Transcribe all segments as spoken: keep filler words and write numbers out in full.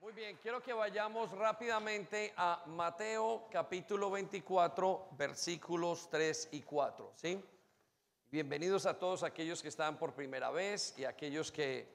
Muy bien, quiero que vayamos rápidamente a Mateo capítulo veinticuatro, versículos tres y cuatro, ¿sí? Bienvenidos a todos aquellos que están por primera vez y aquellos que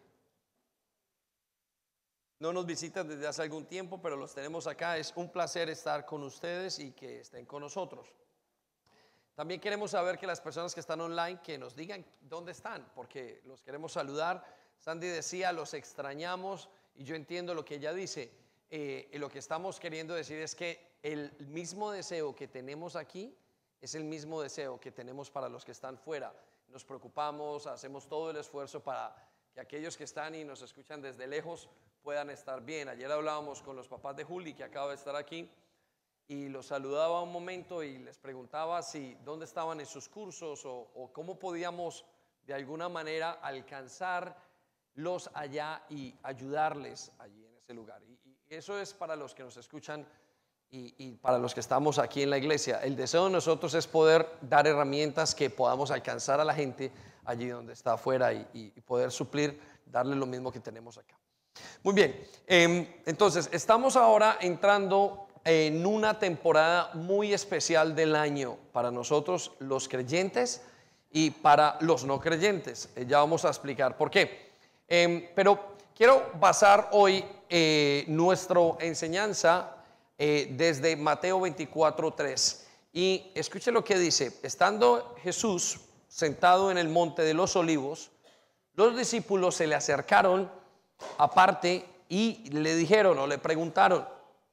no nos visitan desde hace algún tiempo, pero los tenemos acá. Es un placer estar con ustedes y que estén con nosotros. También queremos saber que las personas que están online, que nos digan dónde están, porque los queremos saludar. Sandy decía, los extrañamos, y yo entiendo lo que ella dice. Eh, y lo que estamos queriendo decir es que el mismo deseo que tenemos aquí es el mismo deseo que tenemos para los que están fuera. Nos preocupamos, hacemos todo el esfuerzo para que aquellos que están y nos escuchan desde lejos puedan estar bien. Ayer hablábamos con los papás de Juli, que acaba de estar aquí, y los saludaba un momento y les preguntaba si dónde estaban en sus cursos o, o cómo podíamos de alguna manera alcanzarlos allá y ayudarles allí en ese lugar. Y, y eso es para los que nos escuchan y, y para los que estamos aquí en la iglesia. El deseo de nosotros es poder dar herramientas que podamos alcanzar a la gente allí donde está afuera y, y, y poder suplir, darle lo mismo que tenemos acá. Muy bien, eh, entonces estamos ahora entrando en una temporada muy especial del año para nosotros los creyentes y para los no creyentes. Eh, ya vamos a explicar por qué. Eh, pero quiero basar hoy eh, nuestra enseñanza eh, desde Mateo veinticuatro, tres. Y escuche lo que dice. Estando Jesús sentado en el monte de los olivos, los discípulos se le acercaron aparte y le dijeron o le preguntaron: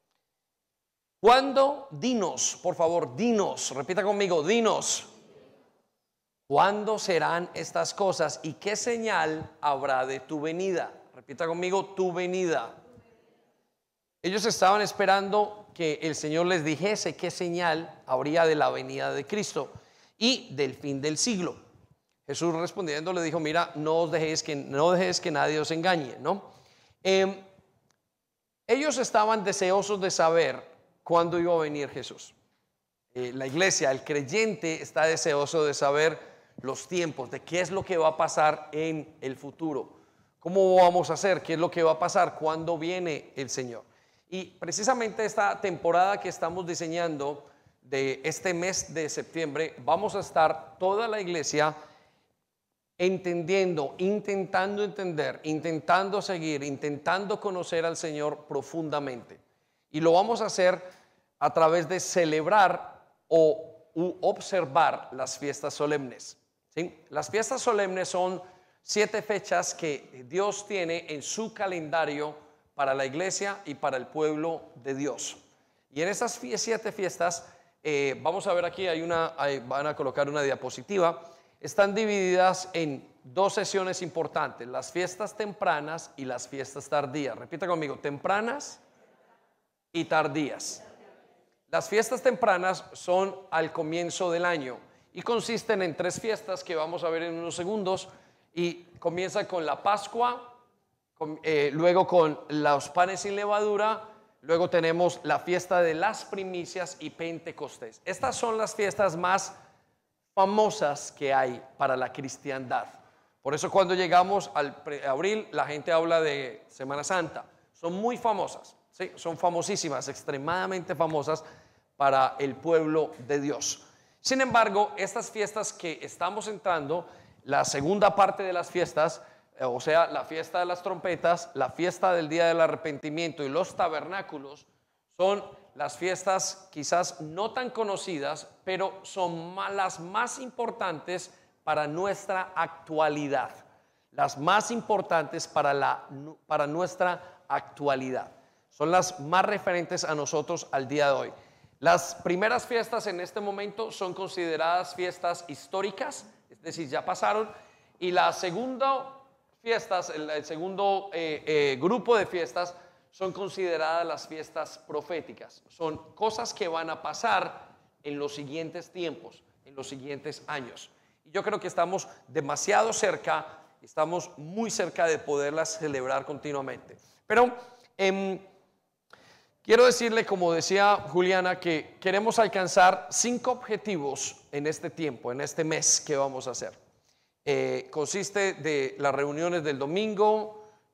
¿cuándo? Dinos, por favor, dinos, repita conmigo, dinos. ¿Cuándo serán estas cosas y qué señal habrá de tu venida? Repita conmigo, tu venida. Ellos estaban esperando que el Señor les dijese qué señal habría de la venida de Cristo y del fin del siglo. Jesús respondiendo le dijo: mira, no os dejéis que, no dejéis que nadie os engañe, ¿no? Eh, ellos estaban deseosos de saber cuándo iba a venir Jesús. Eh, la iglesia, el creyente, está deseoso de saber los tiempos, de qué es lo que va a pasar en el futuro. ¿Cómo vamos a hacer? ¿Qué es lo que va a pasar? ¿Cuándo viene el Señor? Y precisamente esta temporada que estamos diseñando de este mes de septiembre, vamos a estar toda la iglesia entendiendo, intentando entender, intentando seguir, intentando conocer al Señor profundamente. Y lo vamos a hacer a través de celebrar o u observar las fiestas solemnes, ¿sí? Las fiestas solemnes son siete fechas que Dios tiene en su calendario para la iglesia y para el pueblo de Dios. Y en esas siete fiestas, eh, vamos a ver aquí, hay una, hay, van a colocar una diapositiva. Están divididas en dos sesiones importantes: las fiestas tempranas y las fiestas tardías. Repita conmigo, tempranas y tardías. Las fiestas tempranas son al comienzo del año y consisten en tres fiestas que vamos a ver en unos segundos, y comienza con la Pascua, con, eh, luego con los panes sin levadura, luego tenemos la fiesta de las primicias y Pentecostés. Estas son las fiestas más famosas que hay para la cristiandad. Por eso cuando llegamos al abril la gente habla de Semana Santa. Son muy famosas, ¿sí? Son famosísimas, extremadamente famosas para el pueblo de Dios. Sin embargo, estas fiestas que estamos entrando, la segunda parte de las fiestas, o sea, la fiesta de las trompetas, la fiesta del día del arrepentimiento y los tabernáculos, son las fiestas quizás no tan conocidas, pero son las más importantes para nuestra actualidad. Las más importantes para, la, para nuestra actualidad. Son las más referentes a nosotros al día de hoy. Las primeras fiestas en este momento son consideradas fiestas históricas, es decir, ya pasaron. Y la segunda fiestas, el, el segundo eh, eh, grupo de fiestas son consideradas las fiestas proféticas. Son cosas que van a pasar en los siguientes tiempos, en los siguientes años. Y yo creo que estamos demasiado cerca, estamos muy cerca de poderlas celebrar continuamente. Pero eh, quiero decirle, como decía Juliana, que queremos alcanzar cinco objetivos en este tiempo, en este mes que vamos a hacer. Eh, consiste de las reuniones del domingo,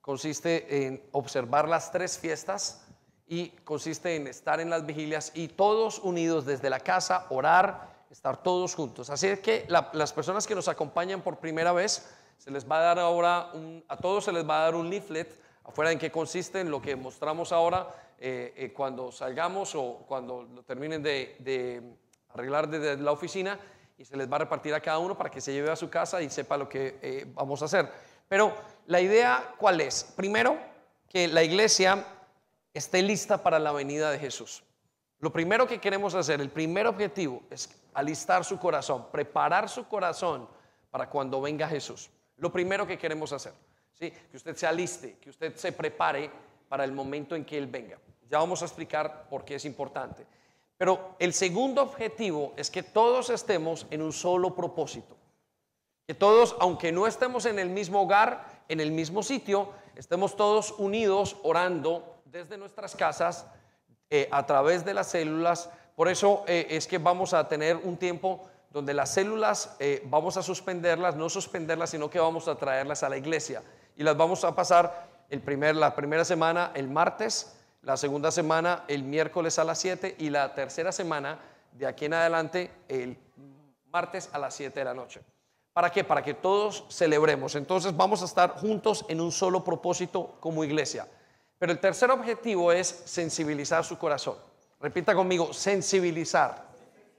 consiste en observar las tres fiestas y consiste en estar en las vigilias y todos unidos desde la casa, orar, estar todos juntos. Así es que la, las personas que nos acompañan por primera vez, se les va a dar ahora, un, a todos se les va a dar un leaflet afuera en qué consiste, en lo que mostramos ahora, eh, eh, cuando salgamos o cuando lo terminen de, de arreglar desde la oficina, y se les va a repartir a cada uno para que se lleve a su casa y sepa lo que eh, vamos a hacer. Pero la idea, ¿cuál es? Primero, que la iglesia esté lista para la venida de Jesús. Lo primero que queremos hacer, el primer objetivo, es alistar su corazón, preparar su corazón para cuando venga Jesús. Lo primero que queremos hacer, ¿sí? Que usted se aliste, que usted se prepare para el momento en que Él venga. Ya vamos a explicar por qué es importante. Pero el segundo objetivo es que todos estemos en un solo propósito. Que todos, aunque no estemos en el mismo hogar, en el mismo sitio, estemos todos unidos orando desde nuestras casas, eh, a través de las células. Por eso eh, es que vamos a tener un tiempo donde las células eh, vamos a suspenderlas, no suspenderlas, sino que vamos a traerlas a la iglesia. Y las vamos a pasar el primer, la primera semana el martes, la segunda semana el miércoles a las siete y la tercera semana de aquí en adelante el martes a las siete de la noche. ¿Para qué? Para que todos celebremos. Entonces vamos a estar juntos en un solo propósito como iglesia. Pero el tercer objetivo es sensibilizar su corazón. Repita conmigo, sensibilizar.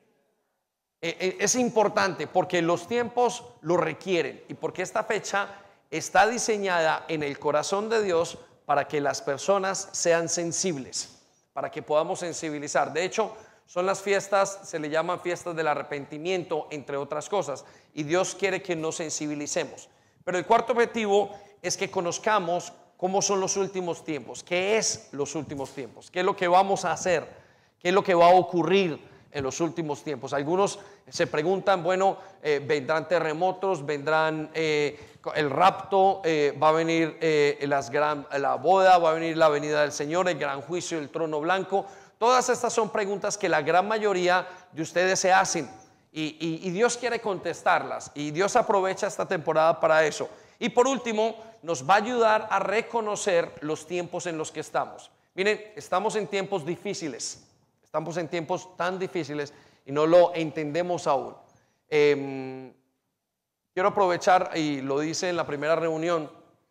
Es importante porque los tiempos lo requieren y porque esta fecha está diseñada en el corazón de Dios para que las personas sean sensibles, para que podamos sensibilizar. De hecho, son las fiestas, se le llaman fiestas del arrepentimiento, entre otras cosas, y Dios quiere que nos sensibilicemos. Pero el cuarto objetivo es que conozcamos cómo son los últimos tiempos, qué es los últimos tiempos, qué es lo que vamos a hacer, qué es lo que va a ocurrir en los últimos tiempos. Algunos se preguntan, bueno, eh, vendrán terremotos, vendrán eh, el rapto, eh, va a venir eh, las gran, la boda, va a venir la venida del Señor, el gran juicio, el trono blanco. Todas estas son preguntas que la gran mayoría de ustedes se hacen y, y, y Dios quiere contestarlas y Dios aprovecha esta temporada para eso. Y por último, nos va a ayudar a reconocer los tiempos en los que estamos. Miren, estamos en tiempos difíciles. Estamos en tiempos tan difíciles y no lo entendemos aún. Eh, quiero aprovechar, y lo dice en la primera reunión,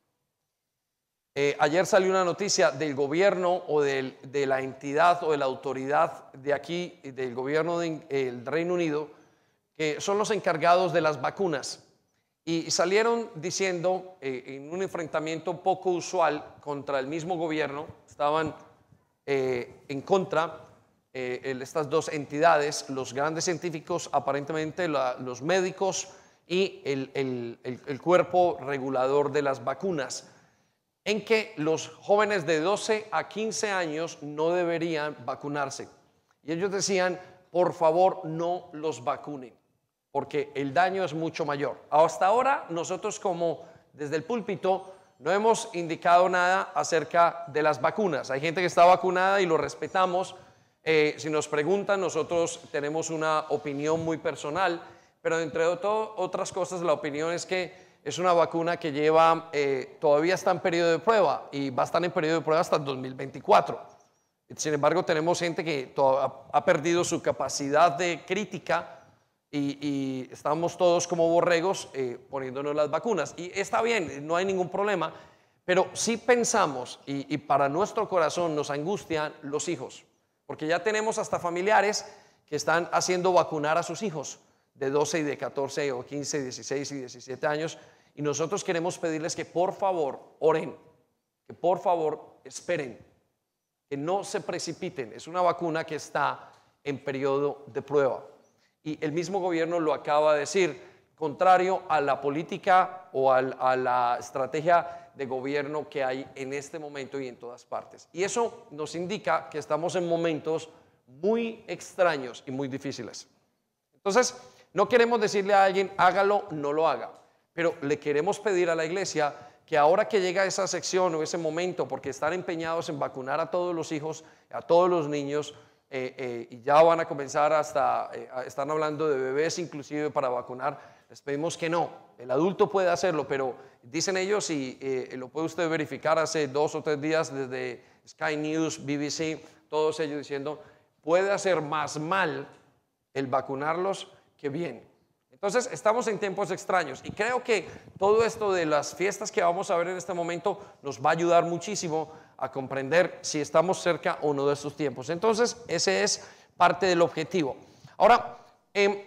eh, ayer salió una noticia del gobierno o del, de la entidad o de la autoridad de aquí, del gobierno del de, Reino Unido, que son los encargados de las vacunas. Y salieron diciendo, eh, en un enfrentamiento poco usual contra el mismo gobierno, estaban eh, en contra Eh, estas dos entidades, los grandes científicos, aparentemente la, los médicos y el, el, el, el cuerpo regulador de las vacunas, en que los jóvenes de doce a quince años no deberían vacunarse. Y ellos decían, por favor, no los vacunen, porque el daño es mucho mayor. Hasta ahora, nosotros como desde el púlpito no hemos indicado nada acerca de las vacunas. Hay gente que está vacunada y lo respetamos. Eh, si nos preguntan, nosotros tenemos una opinión muy personal, pero entre otro, otras cosas, la opinión es que es una vacuna que lleva, eh, todavía está en periodo de prueba y va a estar en periodo de prueba hasta el dos mil veinticuatro. Sin embargo, tenemos gente que ha perdido su capacidad de crítica y, y estamos todos como borregos eh, poniéndonos las vacunas. Y está bien, no hay ningún problema, pero sí pensamos y, y para nuestro corazón nos angustian los hijos. Porque ya tenemos hasta familiares que están haciendo vacunar a sus hijos de doce y de catorce o quince, dieciséis y diecisiete años. Y nosotros queremos pedirles que por favor oren, que por favor esperen, que no se precipiten. Es una vacuna que está en periodo de prueba. Y el mismo gobierno lo acaba de decir, contrario a la política o al, a la estrategia de gobierno que hay en este momento y en todas partes. Y eso nos indica que estamos en momentos muy extraños y muy difíciles. Entonces, no queremos decirle a alguien, hágalo, no lo haga, pero le queremos pedir a la iglesia que ahora que llega esa sección o ese momento, porque están empeñados en vacunar a todos los hijos, a todos los niños, eh, eh, y ya van a comenzar hasta, eh, están hablando de bebés inclusive para vacunar. Les pedimos que no, el adulto puede hacerlo, pero dicen ellos, y eh, lo puede usted verificar hace dos o tres días desde Sky News, B B C, todos ellos diciendo, puede hacer más mal el vacunarlos que bien. Entonces estamos en tiempos extraños y creo que todo esto de las fiestas que vamos a ver en este momento nos va a ayudar muchísimo a comprender si estamos cerca o no de estos tiempos. Entonces ese es parte del objetivo. Ahora, eh,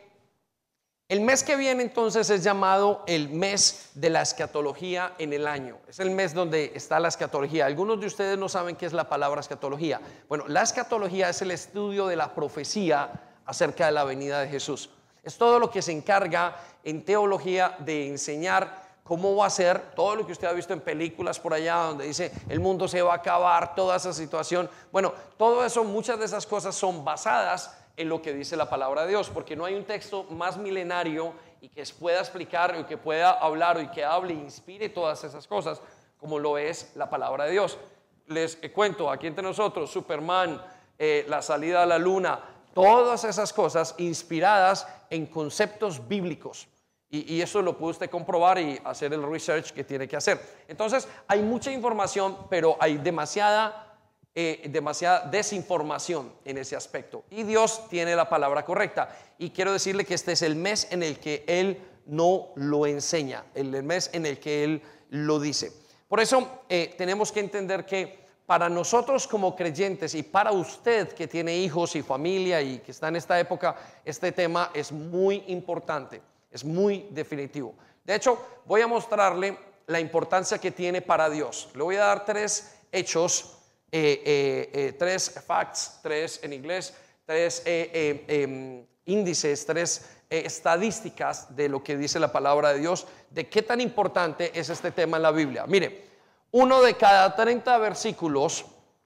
el mes que viene entonces es llamado el mes de la escatología en el año. Es el mes donde está la escatología. Algunos de ustedes no saben qué es la palabra escatología. Bueno, la escatología es el estudio de la profecía acerca de la venida de Jesús. Es todo lo que se encarga en teología de enseñar cómo va a ser todo lo que usted ha visto en películas por allá donde dice el mundo se va a acabar, toda esa situación. Bueno, todo eso, muchas de esas cosas son basadas en lo que dice la palabra de Dios, porque no hay un texto más milenario y que pueda explicar o que pueda hablar y que hable e inspire todas esas cosas como lo es la palabra de Dios. Les cuento aquí entre nosotros, Superman, eh, la salida a la luna, todas esas cosas inspiradas en conceptos bíblicos. Y, y eso lo puede usted comprobar y hacer el research que tiene que hacer. Entonces, hay mucha información, pero hay demasiada, eh, demasiada desinformación en ese aspecto. Y Dios tiene la palabra correcta. Y quiero decirle que este es el mes en el que Él no lo enseña, el mes en el que Él lo dice. Por eso eh, tenemos que entender que para nosotros como creyentes y para usted que tiene hijos y familia y que está en esta época, este tema es muy importante, es muy definitivo. De hecho, voy a mostrarle la importancia que tiene para Dios. Le voy a dar tres hechos, eh, eh, eh, tres facts, tres en inglés, tres eh, eh, eh, índices, tres eh, estadísticas de lo que dice la palabra de Dios, de qué tan importante es este tema en la Biblia. Mire, uno de cada treinta versículos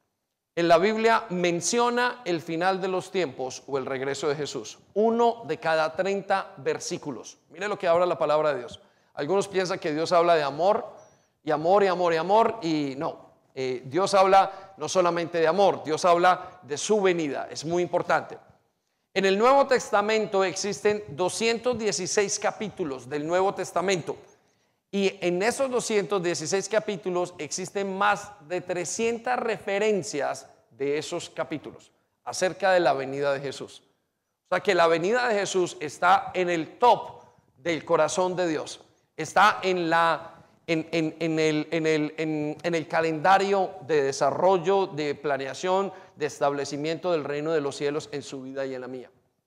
en la Biblia menciona el final de los tiempos o el regreso de Jesús. Uno de cada treinta versículos. Mire lo que habla la palabra de Dios. Algunos piensan que Dios habla de amor y amor y amor y amor y no. Eh, Dios habla no solamente de amor, Dios habla de su venida. Es muy importante. En el Nuevo Testamento existen doscientos dieciséis capítulos del Nuevo Testamento. Y en esos doscientos dieciséis capítulos existen más de trescientas referencias de esos capítulos acerca de la venida de Jesús. O sea que la venida de Jesús está en el top del corazón de Dios. Está en, la, en, en, en, el, en, el, en, en el calendario de desarrollo, de planeación, de establecimiento del reino de los cielos en su vida y en la mía.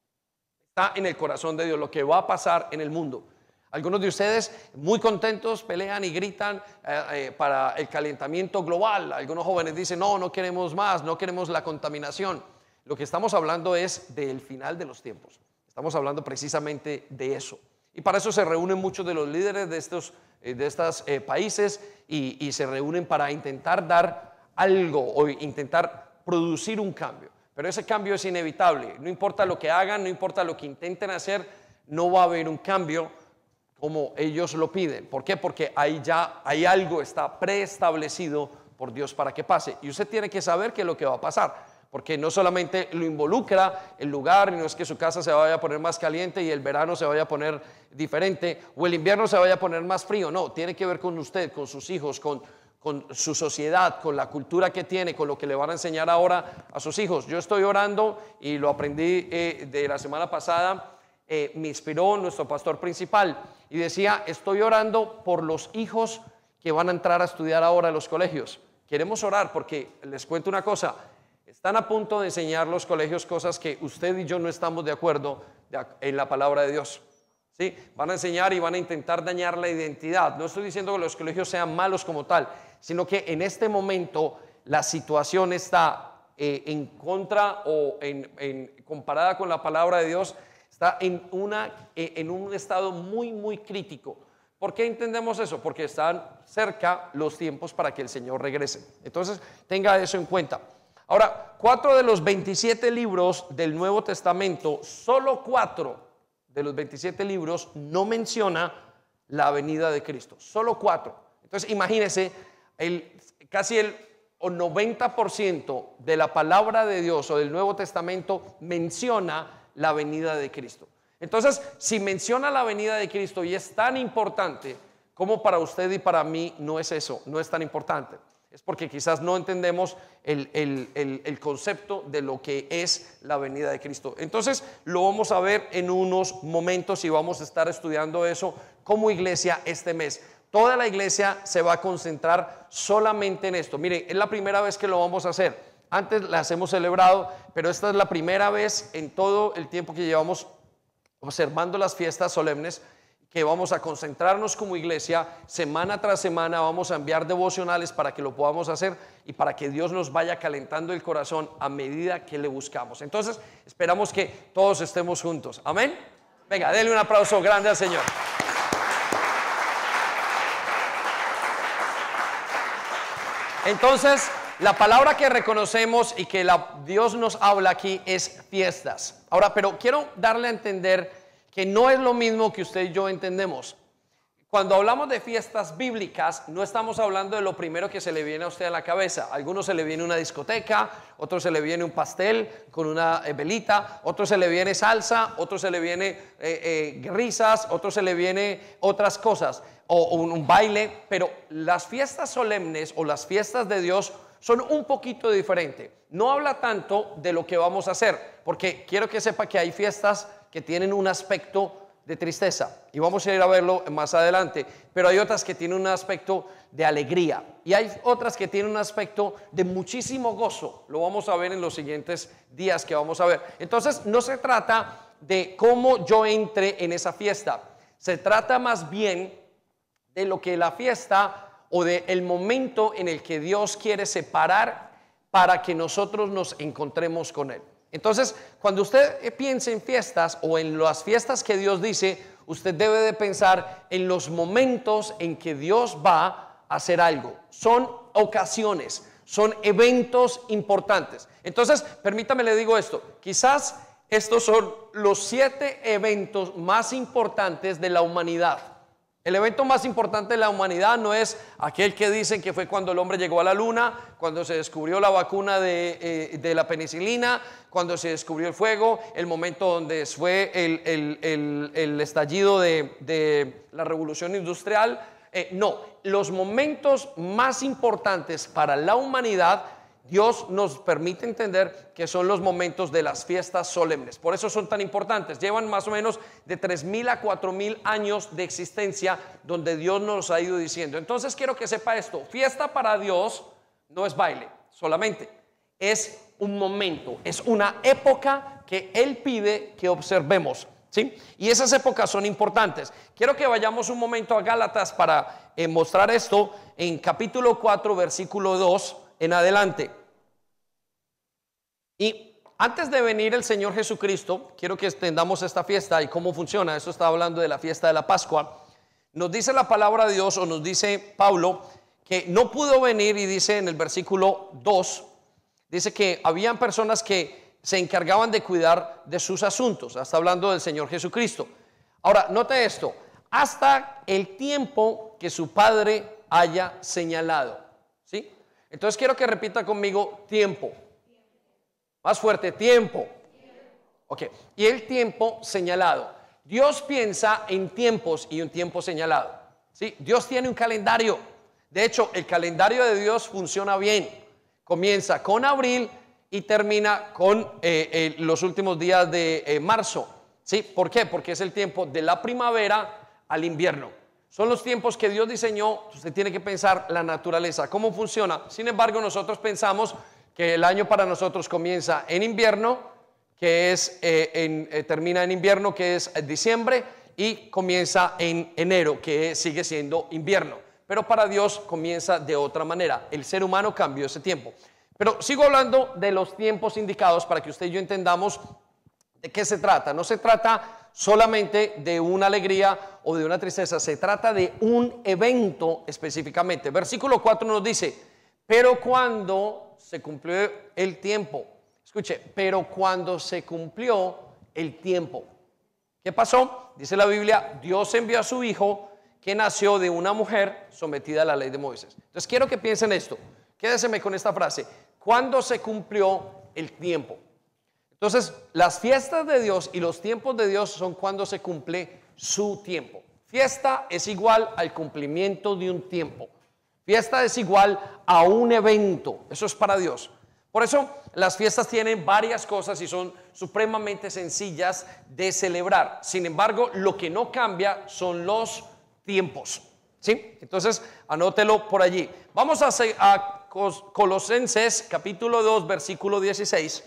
Está en el corazón de Dios lo que va a pasar en el mundo. Algunos de ustedes muy contentos pelean y gritan eh, eh, para el calentamiento global. Algunos jóvenes dicen, no, no queremos más, no queremos la contaminación. Lo que estamos hablando es del final de los tiempos. Estamos hablando precisamente de eso. Y para eso se reúnen muchos de los líderes de estos, eh, de estos eh, países y, y se reúnen para intentar dar algo o intentar producir un cambio. Pero ese cambio es inevitable. No importa lo que hagan, no importa lo que intenten hacer, no va a haber un cambio como ellos lo piden. ¿Por qué? Porque ahí ya hay algo, está preestablecido por Dios para que pase. Y usted tiene que saber qué es lo que va a pasar. Porque no solamente lo involucra el lugar, y no es que su casa se vaya a poner más caliente y el verano se vaya a poner diferente, o el invierno se vaya a poner más frío. No, tiene que ver con usted, con sus hijos, con, con su sociedad, con la cultura que tiene, con lo que le van a enseñar ahora a sus hijos. Yo estoy orando y lo aprendí eh, de la semana pasada. Eh, me inspiró nuestro pastor principal y decía, estoy orando por los hijos que van a entrar a estudiar ahora en los colegios. Queremos orar porque les cuento una cosa, están a punto de enseñar los colegios cosas que usted y yo no estamos de acuerdo en la palabra de Dios. ¿Sí? Van a enseñar y van a intentar dañar la identidad. No estoy diciendo que los colegios sean malos como tal, sino que en este momento la situación está eh, en contra o en, en, comparada con la palabra de Dios. Está en, una, en un estado muy, muy crítico. ¿Por qué entendemos eso? Porque están cerca los tiempos para que el Señor regrese. Entonces, tenga eso en cuenta. Ahora, cuatro de los veintisiete libros del Nuevo Testamento, solo cuatro de los veintisiete libros no menciona la venida de Cristo. Solo cuatro. Entonces, imagínense, el, casi el o noventa por ciento de la palabra de Dios o del Nuevo Testamento menciona la venida de Cristo. Entonces, si menciona la venida de Cristo y es tan importante, como para usted y para mí no es eso, no es tan importante. Es porque quizás no entendemos el, el, el, el concepto de lo que es la venida de Cristo. Entonces lo vamos a ver en unos momentos y vamos a estar estudiando eso como iglesia este mes. Toda la iglesia se va a concentrar solamente en esto. Mire, es la primera vez que lo vamos a hacer. Antes las hemos celebrado, pero esta es la primera vez en todo el tiempo que llevamos observando las fiestas solemnes que vamos a concentrarnos como iglesia. Semana tras semana vamos a enviar devocionales para que lo podamos hacer y para que Dios nos vaya calentando el corazón a medida que le buscamos. Entonces esperamos que todos estemos juntos. Amén. Venga, denle un aplauso grande al Señor. Entonces, la palabra que reconocemos y que la, Dios nos habla aquí es fiestas. Ahora, pero quiero darle a entender que no es lo mismo que usted y yo entendemos. Cuando hablamos de fiestas bíblicas, no estamos hablando de lo primero que se le viene a usted a la cabeza. A algunos se le viene una discoteca, otros se le viene un pastel con una eh, velita, otros se le viene salsa, otros se le viene eh, eh, risas, otros se le viene otras cosas, o, o un, un baile. Pero las fiestas solemnes o las fiestas de Dios son un poquito diferentes. No habla tanto de lo que vamos a hacer, porque quiero que sepa que hay fiestas que tienen un aspecto de tristeza y vamos a ir a verlo más adelante, pero hay otras que tienen un aspecto de alegría y hay otras que tienen un aspecto de muchísimo gozo. Lo vamos a ver en los siguientes días que vamos a ver. Entonces no se trata de cómo yo entre en esa fiesta, se trata más bien de lo que la fiesta o del momento en el que Dios quiere separar para que nosotros nos encontremos con Él. Entonces, cuando usted piense en fiestas o en las fiestas que Dios dice, usted debe de pensar en los momentos en que Dios va a hacer algo. Son ocasiones, son eventos importantes. Entonces, permítame le digo esto, quizás estos son los siete eventos más importantes de la humanidad. El evento más importante de la humanidad no es aquel que dicen que fue cuando el hombre llegó a la luna, cuando se descubrió la vacuna de, eh, de la penicilina, cuando se descubrió el fuego, el momento donde fue el, el, el, el estallido de, de la revolución industrial. Eh, no, los momentos más importantes para la humanidad, Dios nos permite entender que son los momentos de las fiestas solemnes. Por eso son tan importantes. Llevan más o menos de tres mil a cuatro mil años de existencia donde Dios nos ha ido diciendo. Entonces quiero que sepa esto. Fiesta para Dios no es baile solamente. Es un momento, es una época que Él pide que observemos, ¿sí? Y esas épocas son importantes. Quiero que vayamos un momento a Gálatas para eh, mostrar esto en capítulo cuatro, versículo dos en adelante. Y antes de venir el Señor Jesucristo, quiero que extendamos esta fiesta y cómo funciona. Esto está hablando de la fiesta de la Pascua. Nos dice la palabra de Dios, o nos dice Pablo, que no pudo venir, y dice en el versículo dos, dice que habían personas que se encargaban de cuidar de sus asuntos. Está hablando del Señor Jesucristo. Ahora, note esto, hasta el tiempo que su Padre haya señalado, ¿sí? Entonces quiero que repita conmigo tiempo. Más fuerte, tiempo. Ok, y el tiempo señalado. Dios piensa en tiempos y un tiempo señalado, ¿sí? Dios tiene un calendario. De hecho, el calendario de Dios funciona bien. Comienza con abril y termina con eh, eh, los últimos días de eh, marzo, ¿sí? ¿Por qué? Porque es el tiempo de la primavera al invierno. Son los tiempos que Dios diseñó. Usted tiene que pensar la naturaleza, cómo funciona. Sin embargo, nosotros pensamos que el año para nosotros comienza en invierno, que es eh, en, eh, termina en invierno, que es diciembre, y comienza en enero, que sigue siendo invierno. Pero para Dios comienza de otra manera. El ser humano cambió ese tiempo. Pero sigo hablando de los tiempos indicados para que usted y yo entendamos de qué se trata. No se trata solamente de una alegría o de una tristeza, se trata de un evento específicamente. Versículo cuatro nos dice, pero cuando se cumplió el tiempo, escuche, pero cuando se cumplió el tiempo, ¿qué pasó? Dice la Biblia, Dios envió a su hijo que nació de una mujer sometida a la ley de Moisés. Entonces quiero que piensen esto, ¿ok? Quédeseme con esta frase. ¿Cuándo se cumplió el tiempo? Entonces, las fiestas de Dios y los tiempos de Dios son cuando se cumple su tiempo. Fiesta es igual al cumplimiento de un tiempo. Fiesta es igual a un evento. Eso es para Dios. Por eso las fiestas tienen varias cosas y son supremamente sencillas de celebrar. Sin embargo, lo que no cambia son los tiempos. ¿Sí? Entonces, anótelo por allí. Vamos a, a Colosenses capítulo dos, versículo dieciséis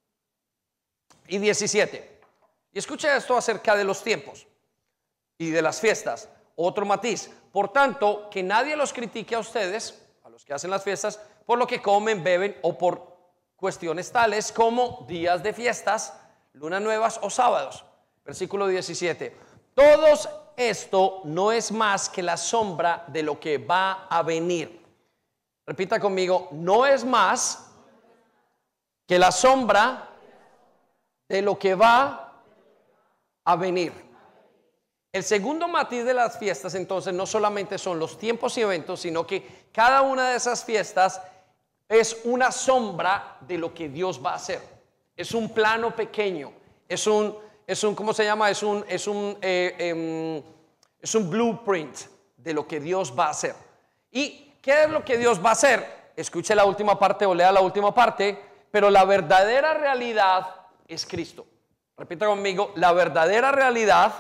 y diecisiete. Y escuche esto acerca de los tiempos y de las fiestas. Otro matiz. Por tanto, que nadie los critique a ustedes, a los que hacen las fiestas, por lo que comen, beben o por cuestiones tales como días de fiestas, lunas nuevas o sábados. Versículo diecisiete. Todos esto no es más que la sombra de lo que va a venir. Repita conmigo, no es más que la sombra de lo que va a venir. El segundo matiz de las fiestas entonces no solamente son los tiempos y eventos, sino que cada una de esas fiestas es una sombra de lo que Dios va a hacer. Es un plano pequeño, es un, es un ¿cómo se llama? Es un, es un, eh, eh, es un blueprint de lo que Dios va a hacer. ¿Y qué es lo que Dios va a hacer? Escuche la última parte o lea la última parte, pero la verdadera realidad es Cristo. Repita conmigo, la verdadera realidad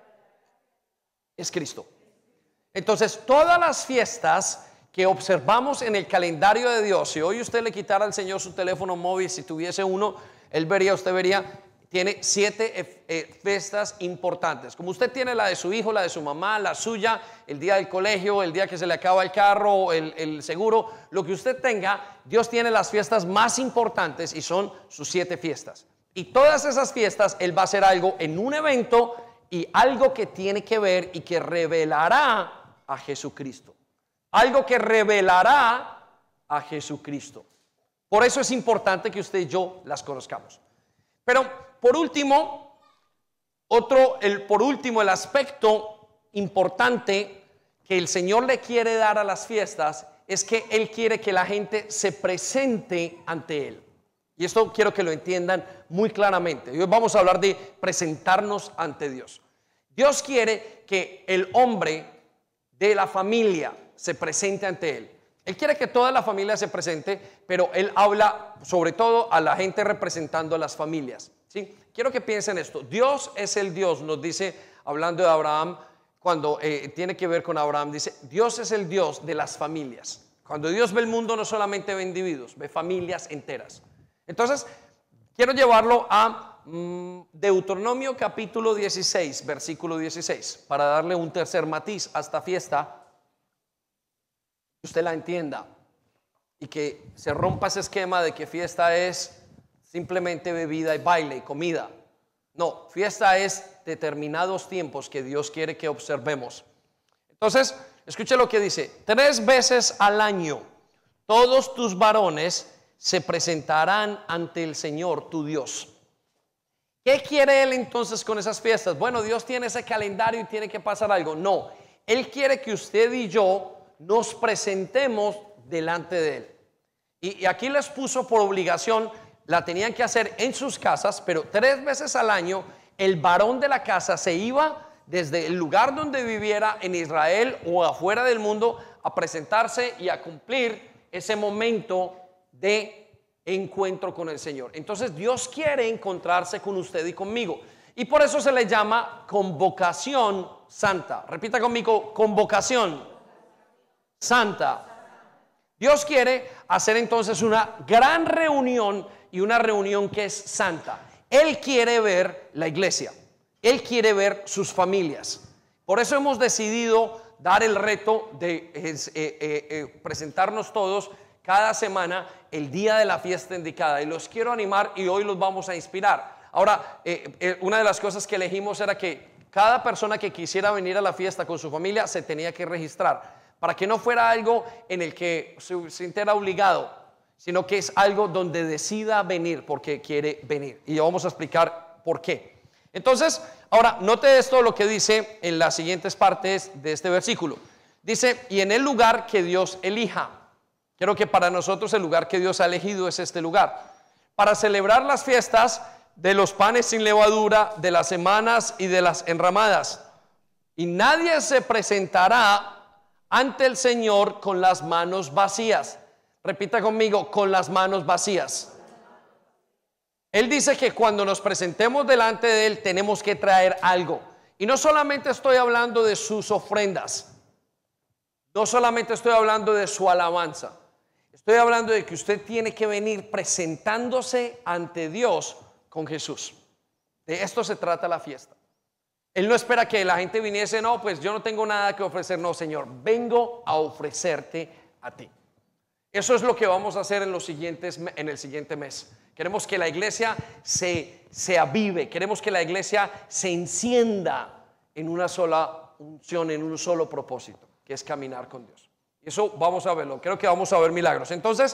es Cristo. Entonces, todas las fiestas que observamos en el calendario de Dios, si hoy usted le quitara al Señor su teléfono móvil, si tuviese uno, él vería, usted vería, tiene siete eh, eh, fiestas importantes. Como usted tiene la de su hijo, la de su mamá, la suya, el día del colegio, el día que se le acaba el carro, el, el seguro, lo que usted tenga, Dios tiene las fiestas más importantes y son sus siete fiestas. Y todas esas fiestas, Él va a hacer algo en un evento y algo que tiene que ver y que revelará a Jesucristo. Algo que revelará a Jesucristo. Por eso es importante que usted y yo las conozcamos. Pero por último, otro, el, por último, el aspecto importante que el Señor le quiere dar a las fiestas es que Él quiere que la gente se presente ante Él. Y esto quiero que lo entiendan muy claramente. Hoy vamos a hablar de presentarnos ante Dios. Dios quiere que el hombre de la familia se presente ante Él. Él quiere que toda la familia se presente, pero Él habla sobre todo a la gente representando a las familias, ¿sí? Quiero que piensen esto. Dios es el Dios, nos dice, hablando de Abraham, cuando eh, tiene que ver con Abraham, dice, Dios es el Dios de las familias. Cuando Dios ve el mundo, no solamente ve individuos, ve familias enteras. Entonces, quiero llevarlo a mm, Deuteronomio capítulo dieciséis, versículo dieciséis, para darle un tercer matiz a esta fiesta, que usted la entienda y que se rompa ese esquema de que fiesta es simplemente bebida y baile y comida. No, fiesta es determinados tiempos que Dios quiere que observemos. Entonces, escuche lo que dice: tres veces al año todos tus varones se presentarán ante el Señor tu Dios. ¿Qué quiere Él entonces con esas fiestas? Bueno, Dios tiene ese calendario y tiene que pasar algo. No, Él quiere que usted y yo nos presentemos delante de Él. Y, y aquí les puso por obligación, la tenían que hacer en sus casas, pero tres veces al año el varón de la casa se iba desde el lugar donde viviera en Israel o afuera del mundo a presentarse y a cumplir ese momento de encuentro con el Señor. Entonces Dios quiere encontrarse con usted y conmigo, y por eso se le llama convocación santa. Repita conmigo: convocación santa. Dios quiere hacer entonces una gran reunión, y una reunión que es santa. Él quiere ver la iglesia, Él quiere ver sus familias. Por eso hemos decidido dar el reto de eh, eh, eh, presentarnos todos cada semana el día de la fiesta indicada, y los quiero animar y hoy los vamos a inspirar. Ahora, eh, eh, una de las cosas que elegimos era que cada persona que quisiera venir a la fiesta con su familia se tenía que registrar, para que no fuera algo en el que se sintiera obligado, sino que es algo donde decida venir porque quiere venir, y ya vamos a explicar por qué. Entonces, ahora note esto, lo que dice en las siguientes partes de este versículo. Dice: y en el lugar que Dios elija. Quiero que para nosotros el lugar que Dios ha elegido es este lugar, para celebrar las fiestas de los panes sin levadura, de las semanas y de las enramadas. Y nadie se presentará ante el Señor con las manos vacías. Repita conmigo, con las manos vacías. Él dice que cuando nos presentemos delante de Él tenemos que traer algo. Y no solamente estoy hablando de sus ofrendas, no solamente estoy hablando de su alabanza, estoy hablando de que usted tiene que venir presentándose ante Dios con Jesús. De esto se trata la fiesta. Él no espera que la gente viniese, no, pues yo no tengo nada que ofrecer. No, Señor, vengo a ofrecerte a ti. Eso es lo que vamos a hacer en, los siguientes, en el siguiente mes. Queremos que la iglesia se, se avive, queremos que la iglesia se encienda en una sola unción, en un solo propósito, que es caminar con Dios. Y eso vamos a verlo, creo que vamos a ver milagros. Entonces,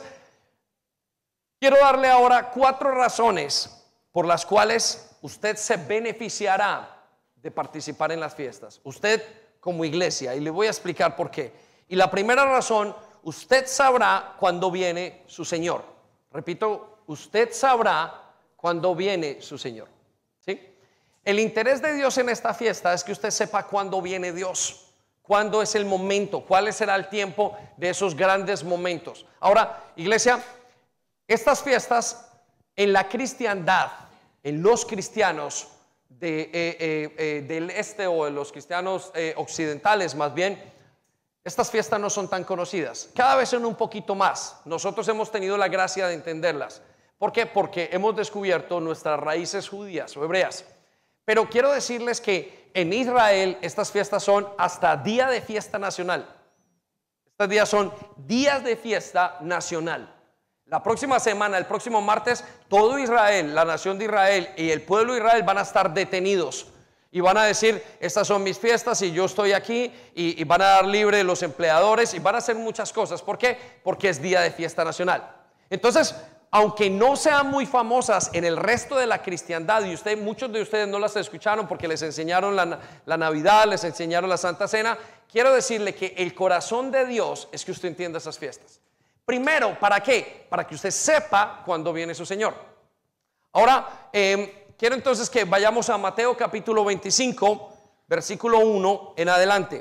quiero darle ahora cuatro razones por las cuales usted se beneficiará de participar en las fiestas, usted como iglesia, y le voy a explicar por qué. Y la primera razón, usted sabrá cuándo viene su Señor. Repito, usted sabrá cuándo viene su Señor. ¿Sí? El interés de Dios en esta fiesta es que usted sepa cuándo viene Dios, cuándo es el momento, cuál será el tiempo de esos grandes momentos. Ahora, iglesia, estas fiestas en la cristiandad, en los cristianos de, eh, eh, eh, del este o de los cristianos eh, occidentales más bien, estas fiestas no son tan conocidas. Cada vez son un poquito más. Nosotros hemos tenido la gracia de entenderlas. ¿Por qué? Porque hemos descubierto nuestras raíces judías o hebreas. Pero quiero decirles que en Israel estas fiestas son hasta día de fiesta nacional. Estos días son días de fiesta nacional. La próxima semana, el próximo martes, todo Israel, la nación de Israel y el pueblo de Israel van a estar detenidos. Y van a decir, estas son mis fiestas y yo estoy aquí, y, y van a dar libre los empleadores y van a hacer muchas cosas. ¿Por qué? Porque es día de fiesta nacional. Entonces, aunque no sean muy famosas en el resto de la cristiandad, y usted, muchos de ustedes no las escucharon porque les enseñaron la, la Navidad, les enseñaron la Santa Cena, quiero decirle que el corazón de Dios es que usted entienda esas fiestas. Primero, ¿para qué? Para que usted sepa cuándo viene su Señor. Ahora, eh, quiero entonces que vayamos a Mateo capítulo veinticinco, versículo uno en adelante.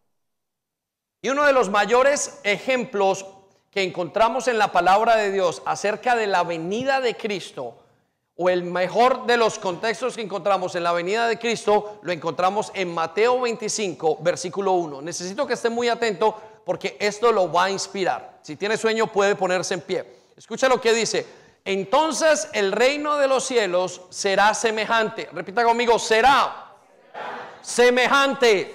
Y uno de los mayores ejemplos que encontramos en la palabra de Dios acerca de la venida de Cristo, o el mejor de los contextos que encontramos en la venida de Cristo, lo encontramos en Mateo veinticinco, versículo uno. Necesito que esté muy atento porque esto lo va a inspirar. Si tiene sueño puede ponerse en pie. Escucha lo que dice. Entonces el reino de los cielos será semejante. Repita conmigo, será, será. semejante.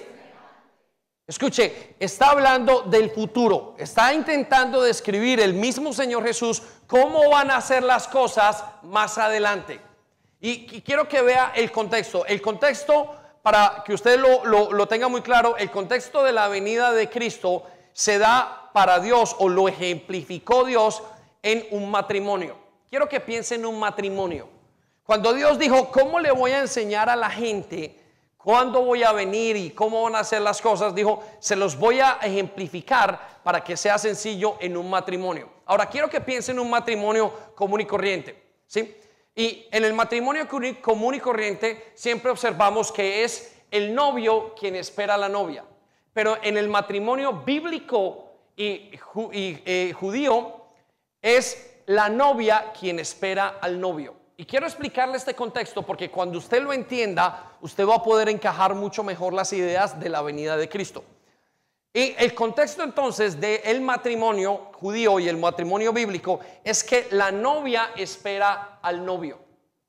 Escuche, está hablando del futuro. Está intentando describir el mismo Señor Jesús cómo van a ser las cosas más adelante. Y, y quiero que vea el contexto. El contexto, para que usted lo, lo, lo tenga muy claro, el contexto de la venida de Cristo se da para Dios, o lo ejemplificó Dios en un matrimonio. Quiero que piense en un matrimonio. Cuando Dios dijo, ¿cómo le voy a enseñar a la gente cuándo voy a venir y cómo van a hacer las cosas? Dijo, se los voy a ejemplificar para que sea sencillo en un matrimonio. Ahora, quiero que piense en un matrimonio común y corriente, ¿sí? Y en el matrimonio común y corriente siempre observamos que es el novio quien espera a la novia. Pero en el matrimonio bíblico y, y eh, judío es la novia quien espera al novio. Y quiero explicarle este contexto porque cuando usted lo entienda, usted va a poder encajar mucho mejor las ideas de la venida de Cristo. Y el contexto entonces del matrimonio judío y el matrimonio bíblico es que la novia espera al novio.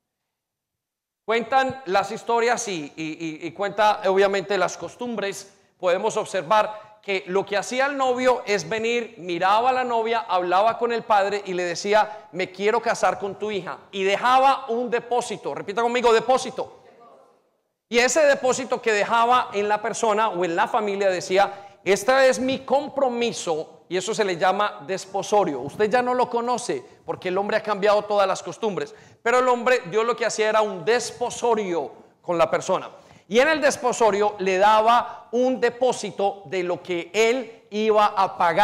Cuentan las historias y, y, y, y cuenta obviamente las costumbres. Podemos observar que lo que hacía el novio es venir, miraba a la novia, hablaba con el padre y le decía, me quiero casar con tu hija, y dejaba un depósito. Repita conmigo, depósito. Y ese depósito que dejaba en la persona o en la familia decía, este es mi compromiso, y eso se le llama desposorio. Usted ya no lo conoce porque el hombre ha cambiado todas las costumbres, pero el hombre, Dios lo que hacía era un desposorio con la persona. Y en el desposorio le daba un depósito de lo que él iba a pagar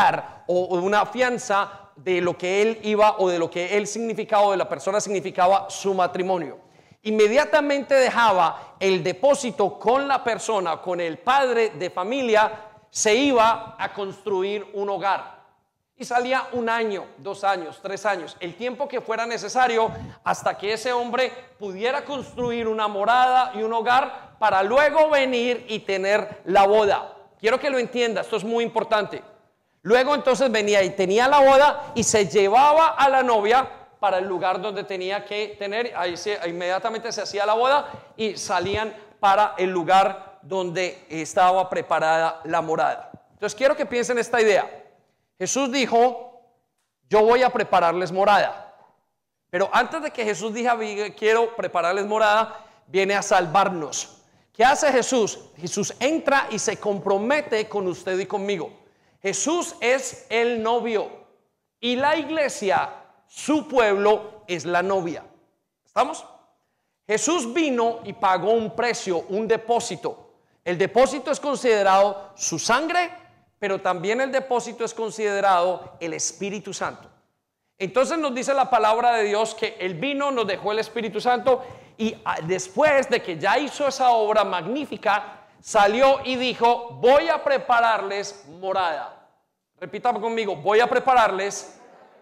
o una fianza de lo que él iba o de lo que él significaba o de la persona significaba su matrimonio. Inmediatamente dejaba el depósito con la persona, con el padre de familia, se iba a construir un hogar. Y salía un año, dos años, tres años, el tiempo que fuera necesario hasta que ese hombre pudiera construir una morada y un hogar para luego venir y tener la boda. Quiero que lo entienda, esto es muy importante. Luego entonces venía y tenía la boda y se llevaba a la novia para el lugar donde tenía que tener, ahí se, inmediatamente se hacía la boda y salían para el lugar donde estaba preparada la morada. Entonces quiero que piensen esta idea. Jesús dijo, yo voy a prepararles morada. Pero antes de que Jesús diga, quiero prepararles morada, viene a salvarnos. ¿Qué hace Jesús? Jesús entra y se compromete con usted y conmigo. Jesús es el novio y la iglesia, su pueblo, es la novia. ¿Estamos? Jesús vino y pagó un precio, un depósito. El depósito es considerado su sangre, pero también el depósito es considerado el Espíritu Santo. Entonces nos dice la palabra de Dios que Él vino, nos dejó el Espíritu Santo y después de que ya hizo esa obra magnífica, salió y dijo, voy a prepararles morada. Repítame conmigo, voy a prepararles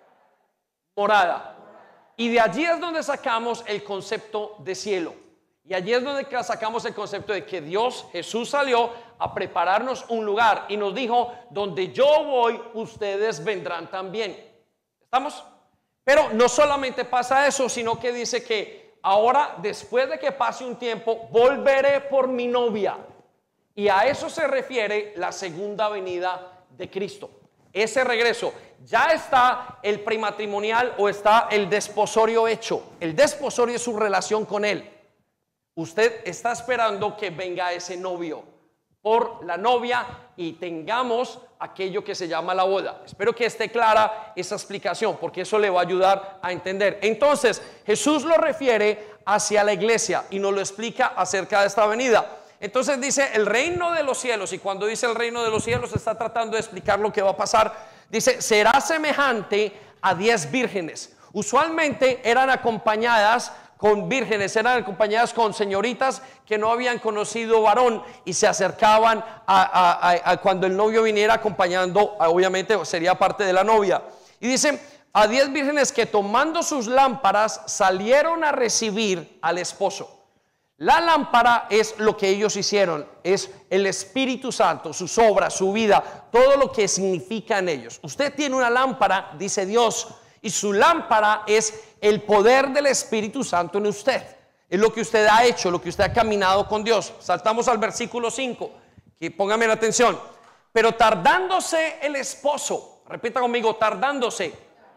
morada. Y de allí es donde sacamos el concepto de cielo. Y allí es donde sacamos el concepto de que Dios, Jesús salió a prepararnos un lugar y nos dijo, donde yo voy, ustedes vendrán también. ¿Estamos? Pero no solamente pasa eso, sino que dice que ahora, después de que pase un tiempo, volveré por mi novia. Y a eso se refiere la segunda venida de Cristo. Ese regreso, ya está el prematrimonial o está el desposorio hecho. El desposorio es su relación con Él. Usted está esperando que venga ese novio por la novia y tengamos aquello que se llama la boda. Espero que esté clara esa explicación, porque eso le va a ayudar a entender. Entonces, Jesús lo refiere hacia la iglesia y nos lo explica acerca de esta venida. Entonces dice el reino de los cielos, y cuando dice el reino de los cielos está tratando de explicar lo que va a pasar. Dice, será semejante a diez vírgenes. Usualmente eran acompañadas con vírgenes, eran acompañadas con señoritas que no habían conocido varón y se acercaban a, a, a, a cuando el novio viniera acompañando, obviamente sería parte de la novia. Y dice, a diez vírgenes que tomando sus lámparas salieron a recibir al esposo. La lámpara es lo que ellos hicieron, es el Espíritu Santo, sus obras, su vida, todo lo que significa en ellos. Usted tiene una lámpara, dice Dios, y su lámpara es el poder del Espíritu Santo en usted. Es lo que usted ha hecho, lo que usted ha caminado con Dios. Saltamos al versículo cinco, que póngame la atención. Pero tardándose el esposo, repita conmigo, tardándose,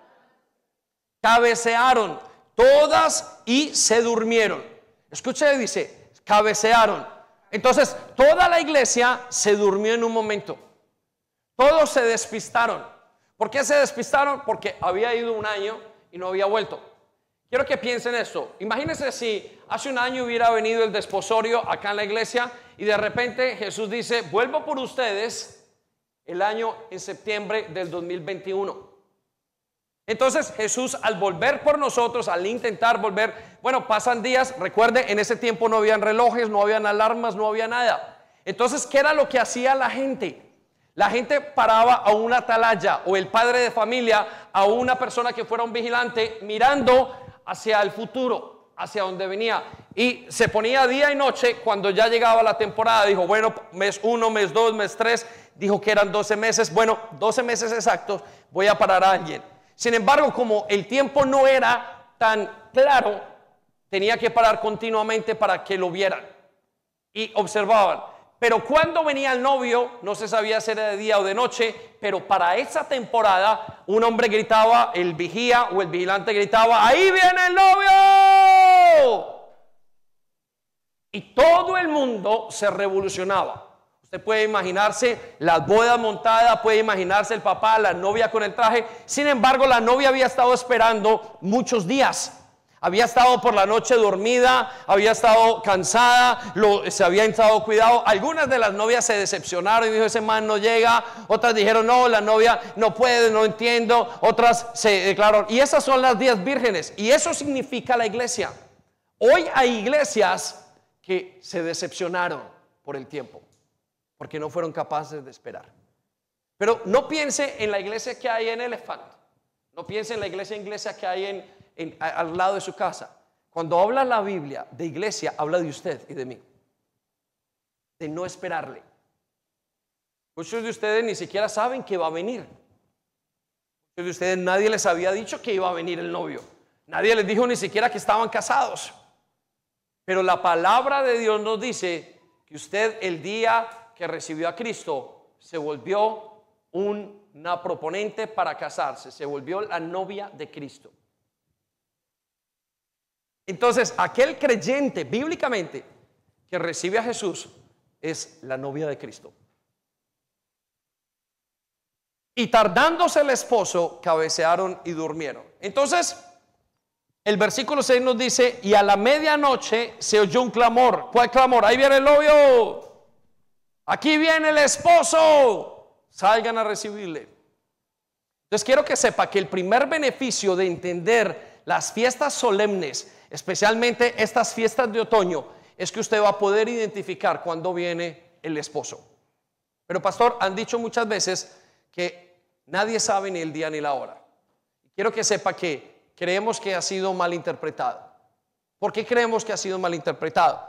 cabecearon todas y se durmieron. Escuche, dice, cabecearon. Entonces, toda la iglesia se durmió en un momento. Todos se despistaron. ¿Por qué se despistaron? Porque había ido un año y no había vuelto. Quiero que piensen esto. Imagínense si hace un año hubiera venido el desposorio acá en la iglesia y de repente Jesús dice, vuelvo por ustedes el año en septiembre del dos mil veintiuno. Entonces Jesús, al volver por nosotros, al intentar volver, bueno, pasan días, recuerde, en ese tiempo no habían relojes, no habían alarmas, no había nada. Entonces, ¿qué era lo que hacía la gente? La gente paraba a una atalaya o el padre de familia a una persona que fuera un vigilante mirando hacia el futuro, hacia donde venía, y se ponía día y noche. Cuando ya llegaba la temporada, dijo, bueno, mes uno, mes dos, mes tres, dijo que eran doce meses, bueno, doce meses exactos, voy a parar a alguien. Sin embargo, como el tiempo no era tan claro, tenía que parar continuamente para que lo vieran y observaban. Pero cuando venía el novio, no se sabía si era de día o de noche, pero para esa temporada un hombre gritaba, el vigía o el vigilante gritaba, ¡ahí viene el novio! Y todo el mundo se revolucionaba. Usted puede imaginarse las bodas montadas, puede imaginarse el papá, la novia con el traje. Sin embargo, la novia había estado esperando muchos días. había estado por la noche dormida, había estado cansada, lo, se había estado cuidado. Algunas de las novias se decepcionaron y dijo, ese man no llega. Otras dijeron, no, la novia no puede, no entiendo. Otras se declararon. Y esas son las diez vírgenes. Y eso significa la iglesia. Hoy hay iglesias que se decepcionaron por el tiempo, porque no fueron capaces de esperar. Pero no piense en la iglesia que hay en Elephant. No piense en la iglesia inglesa que hay en, en, a, al lado de su casa. Cuando habla la Biblia de iglesia, habla de usted y de mí. De no esperarle. Muchos de ustedes ni siquiera saben que va a venir. Muchos de ustedes nadie les había dicho que iba a venir el novio. Nadie les dijo ni siquiera que estaban casados. Pero la palabra de Dios nos dice que usted el día que recibió a Cristo se volvió un una proponente para casarse, se volvió la novia de Cristo. Entonces, aquel creyente bíblicamente que recibe a Jesús es la novia de Cristo. Y tardándose el esposo, cabecearon y durmieron. Entonces, el versículo seis nos dice, y a la medianoche se oyó un clamor. ¿Cuál clamor? Ahí viene el novio, aquí viene el esposo. Salgan a recibirle. Entonces quiero que sepa que el primer beneficio de entender las fiestas solemnes, especialmente estas fiestas de otoño, es que usted va a poder identificar cuándo viene el esposo. Pero pastor, han dicho muchas veces que nadie sabe ni el día ni la hora. Quiero que sepa que creemos que ha sido mal interpretado. ¿Por qué creemos que ha sido mal interpretado?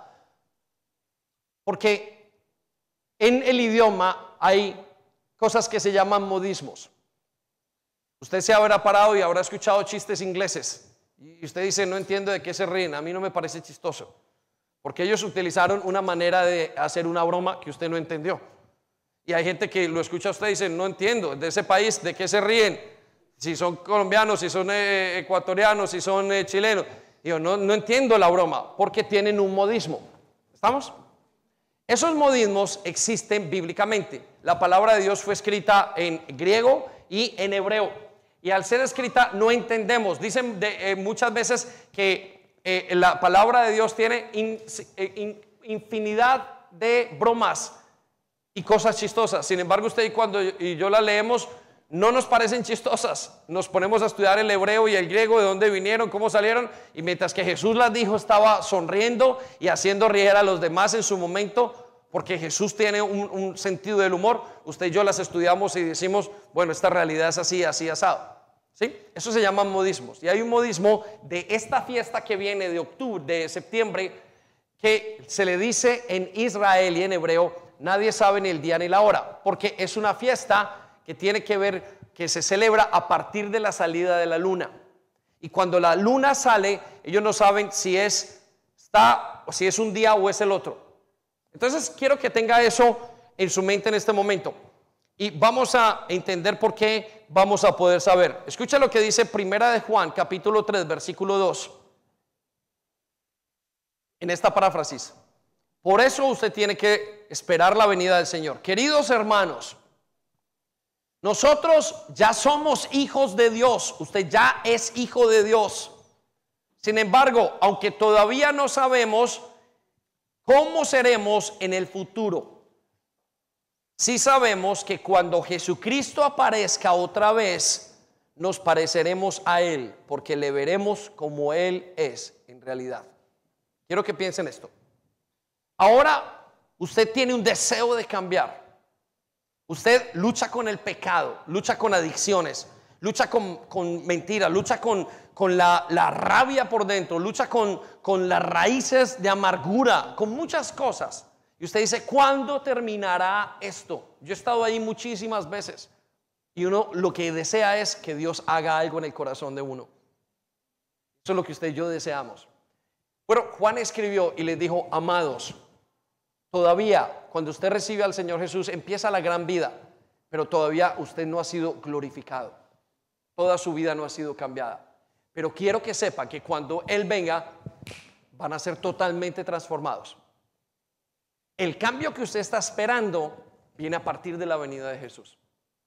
Porque en el idioma hay cosas que se llaman modismos. Usted se habrá parado y habrá escuchado chistes ingleses y usted dice, no entiendo de qué se ríen, a mí no me parece chistoso, porque ellos utilizaron una manera de hacer una broma que usted no entendió. Y hay gente que lo escucha a usted y dice, no entiendo, de ese país, ¿de qué se ríen? Si son colombianos, si son eh, ecuatorianos, si son eh, chilenos. Y yo no, no entiendo la broma, porque tienen un modismo. ¿Estamos? Esos modismos existen bíblicamente. La palabra de Dios fue escrita en griego y en hebreo. Y al ser escrita no entendemos. Dicen de, eh, muchas veces que eh, la palabra de Dios tiene in, in, infinidad de bromas y cosas chistosas. Sin embargo, usted y cuando y yo la leemos no nos parecen chistosas. Nos ponemos a estudiar el hebreo y el griego, de dónde vinieron, cómo salieron, y mientras que Jesús las dijo estaba sonriendo y haciendo reír a los demás en su momento, porque Jesús tiene un, un sentido del humor. Usted y yo las estudiamos y decimos, bueno, esta realidad es así, así, asado. ¿Sí? Eso se llaman modismos. Y hay un modismo de esta fiesta que viene de octubre, de septiembre, que se le dice en Israel y en hebreo, nadie sabe ni el día ni la hora, porque es una fiesta que tiene que ver, que se celebra a partir de la salida de la luna. Y cuando la luna sale, ellos no saben si es, está, o si es un día o es el otro. Entonces quiero que tenga eso en su mente en este momento. Y vamos a entender por qué vamos a poder saber. Escucha lo que dice Primera de Juan, capítulo tres, versículo dos. En esta paráfrasis. Por eso usted tiene que esperar la venida del Señor. Queridos hermanos, nosotros ya somos hijos de Dios. Usted ya es hijo de Dios. Sin embargo, aunque todavía no sabemos cómo seremos en el futuro, sí sabemos que cuando Jesucristo aparezca otra vez, nos pareceremos a Él, porque le veremos como Él es en realidad. Quiero que piensen esto. Ahora usted tiene un deseo de cambiar. Usted lucha con el pecado, lucha con adicciones, lucha con, con mentiras, lucha con, con la, la rabia por dentro, lucha con, con las raíces de amargura, con muchas cosas. Y usted dice, ¿cuándo terminará esto? Yo he estado ahí muchísimas veces. Y uno lo que desea es que Dios haga algo en el corazón de uno. Eso es lo que usted y yo deseamos. Bueno, Juan escribió y les dijo, amados, todavía cuando usted recibe al Señor Jesús empieza la gran vida, pero todavía usted no ha sido glorificado. Toda su vida no ha sido cambiada. Pero quiero que sepa que cuando Él venga van a ser totalmente transformados. El cambio que usted está esperando viene a partir de la venida de Jesús.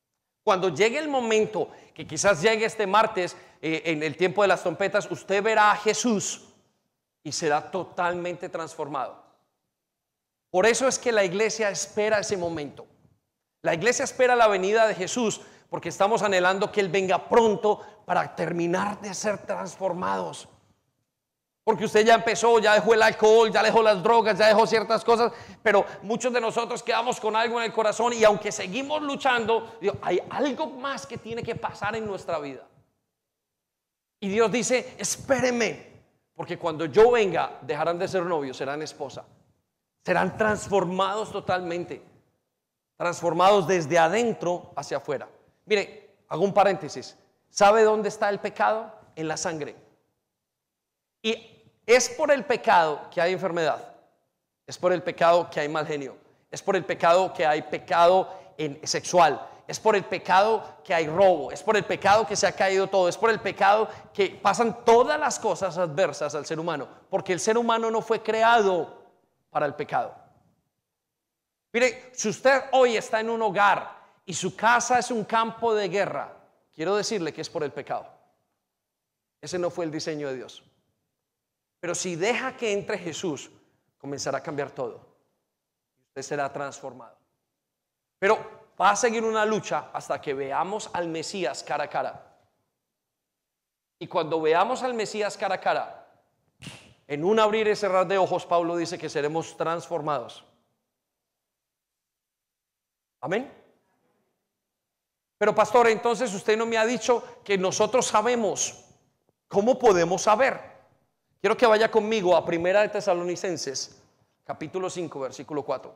Cuando llegue el momento, que quizás llegue este martes, eh, en el tiempo de las trompetas, usted verá a Jesús y será totalmente transformado. Por eso es que la iglesia espera ese momento. La iglesia espera la venida de Jesús porque estamos anhelando que Él venga pronto para terminar de ser transformados. Porque usted ya empezó, ya dejó el alcohol, ya dejó las drogas, ya dejó ciertas cosas, pero muchos de nosotros quedamos con algo en el corazón y aunque seguimos luchando, Dios, hay algo más que tiene que pasar en nuestra vida. Y Dios dice, espéreme, porque cuando yo venga dejarán de ser novios, serán esposa. Serán transformados totalmente, transformados desde adentro hacia afuera. Mire, hago un paréntesis. ¿Sabe dónde está el pecado? En la sangre. Y es por el pecado que hay enfermedad, es por el pecado que hay mal genio, es por el pecado que hay pecado en sexual, es por el pecado que hay robo, es por el pecado que se ha caído todo, es por el pecado que pasan todas las cosas adversas al ser humano, porque el ser humano no fue creado para el pecado. Mire, si usted hoy está en un hogar y su casa es un campo de guerra, quiero decirle que es por el pecado. Ese no fue el diseño de Dios. Pero si deja que entre Jesús, comenzará a cambiar todo. Usted será transformado. Pero va a seguir una lucha hasta que veamos al Mesías cara a cara. Y cuando veamos al Mesías cara a cara, en un abrir y cerrar de ojos, Pablo dice que seremos transformados. Amén. Pero pastor, entonces usted no me ha dicho que nosotros sabemos. ¿Cómo podemos saber? Quiero que vaya conmigo a Primera de Tesalonicenses, capítulo cinco, versículo cuatro.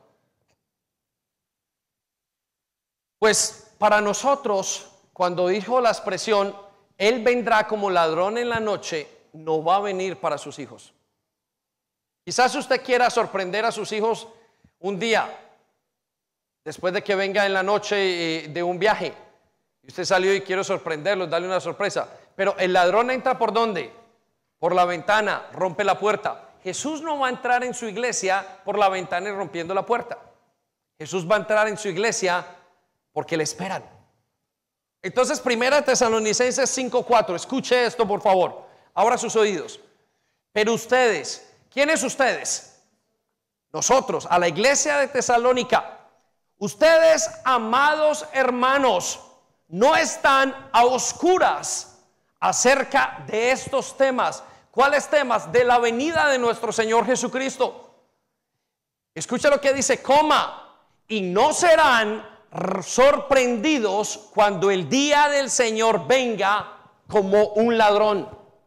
Pues para nosotros, cuando dijo la expresión, Él vendrá como ladrón en la noche, no va a venir para sus hijos. Quizás usted quiera sorprender a sus hijos un día, después de que venga en la noche de un viaje. Y usted salió y quiere sorprenderlos, darle una sorpresa. Pero el ladrón entra ¿por dónde? Por la ventana, rompe la puerta. Jesús no va a entrar en su iglesia por la ventana y rompiendo la puerta. Jesús va a entrar en su iglesia porque le esperan. Entonces, Primera Tesalonicenses cinco cuatro, escuche esto por favor, abra sus oídos. Pero ustedes, ¿quiénes ustedes? Nosotros, a la iglesia de Tesalónica. Ustedes, amados hermanos, no están a oscuras acerca de estos temas. ¿Cuáles temas? De la venida de nuestro Señor Jesucristo. Escucha lo que dice, coma, y no serán sorprendidos cuando el día del Señor venga como un ladrón.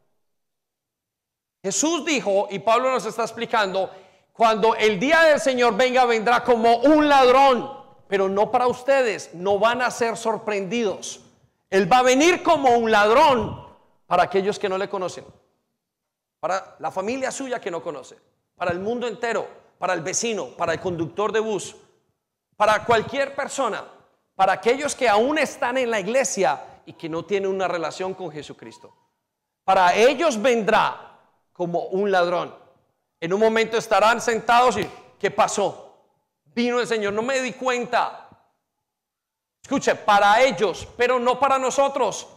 Jesús dijo, y Pablo nos está explicando, cuando el día del Señor venga, vendrá como un ladrón, pero no para ustedes, no van a ser sorprendidos. Él va a venir como un ladrón para aquellos que no le conocen, para la familia suya que no conoce, para el mundo entero, para el vecino, para el conductor de bus, para cualquier persona, para aquellos que aún están en la iglesia y que no tienen una relación con Jesucristo. Para ellos vendrá como un ladrón. En un momento estarán sentados y ¿qué pasó? Vino el Señor, no me di cuenta. Escuche, para ellos, pero no para nosotros.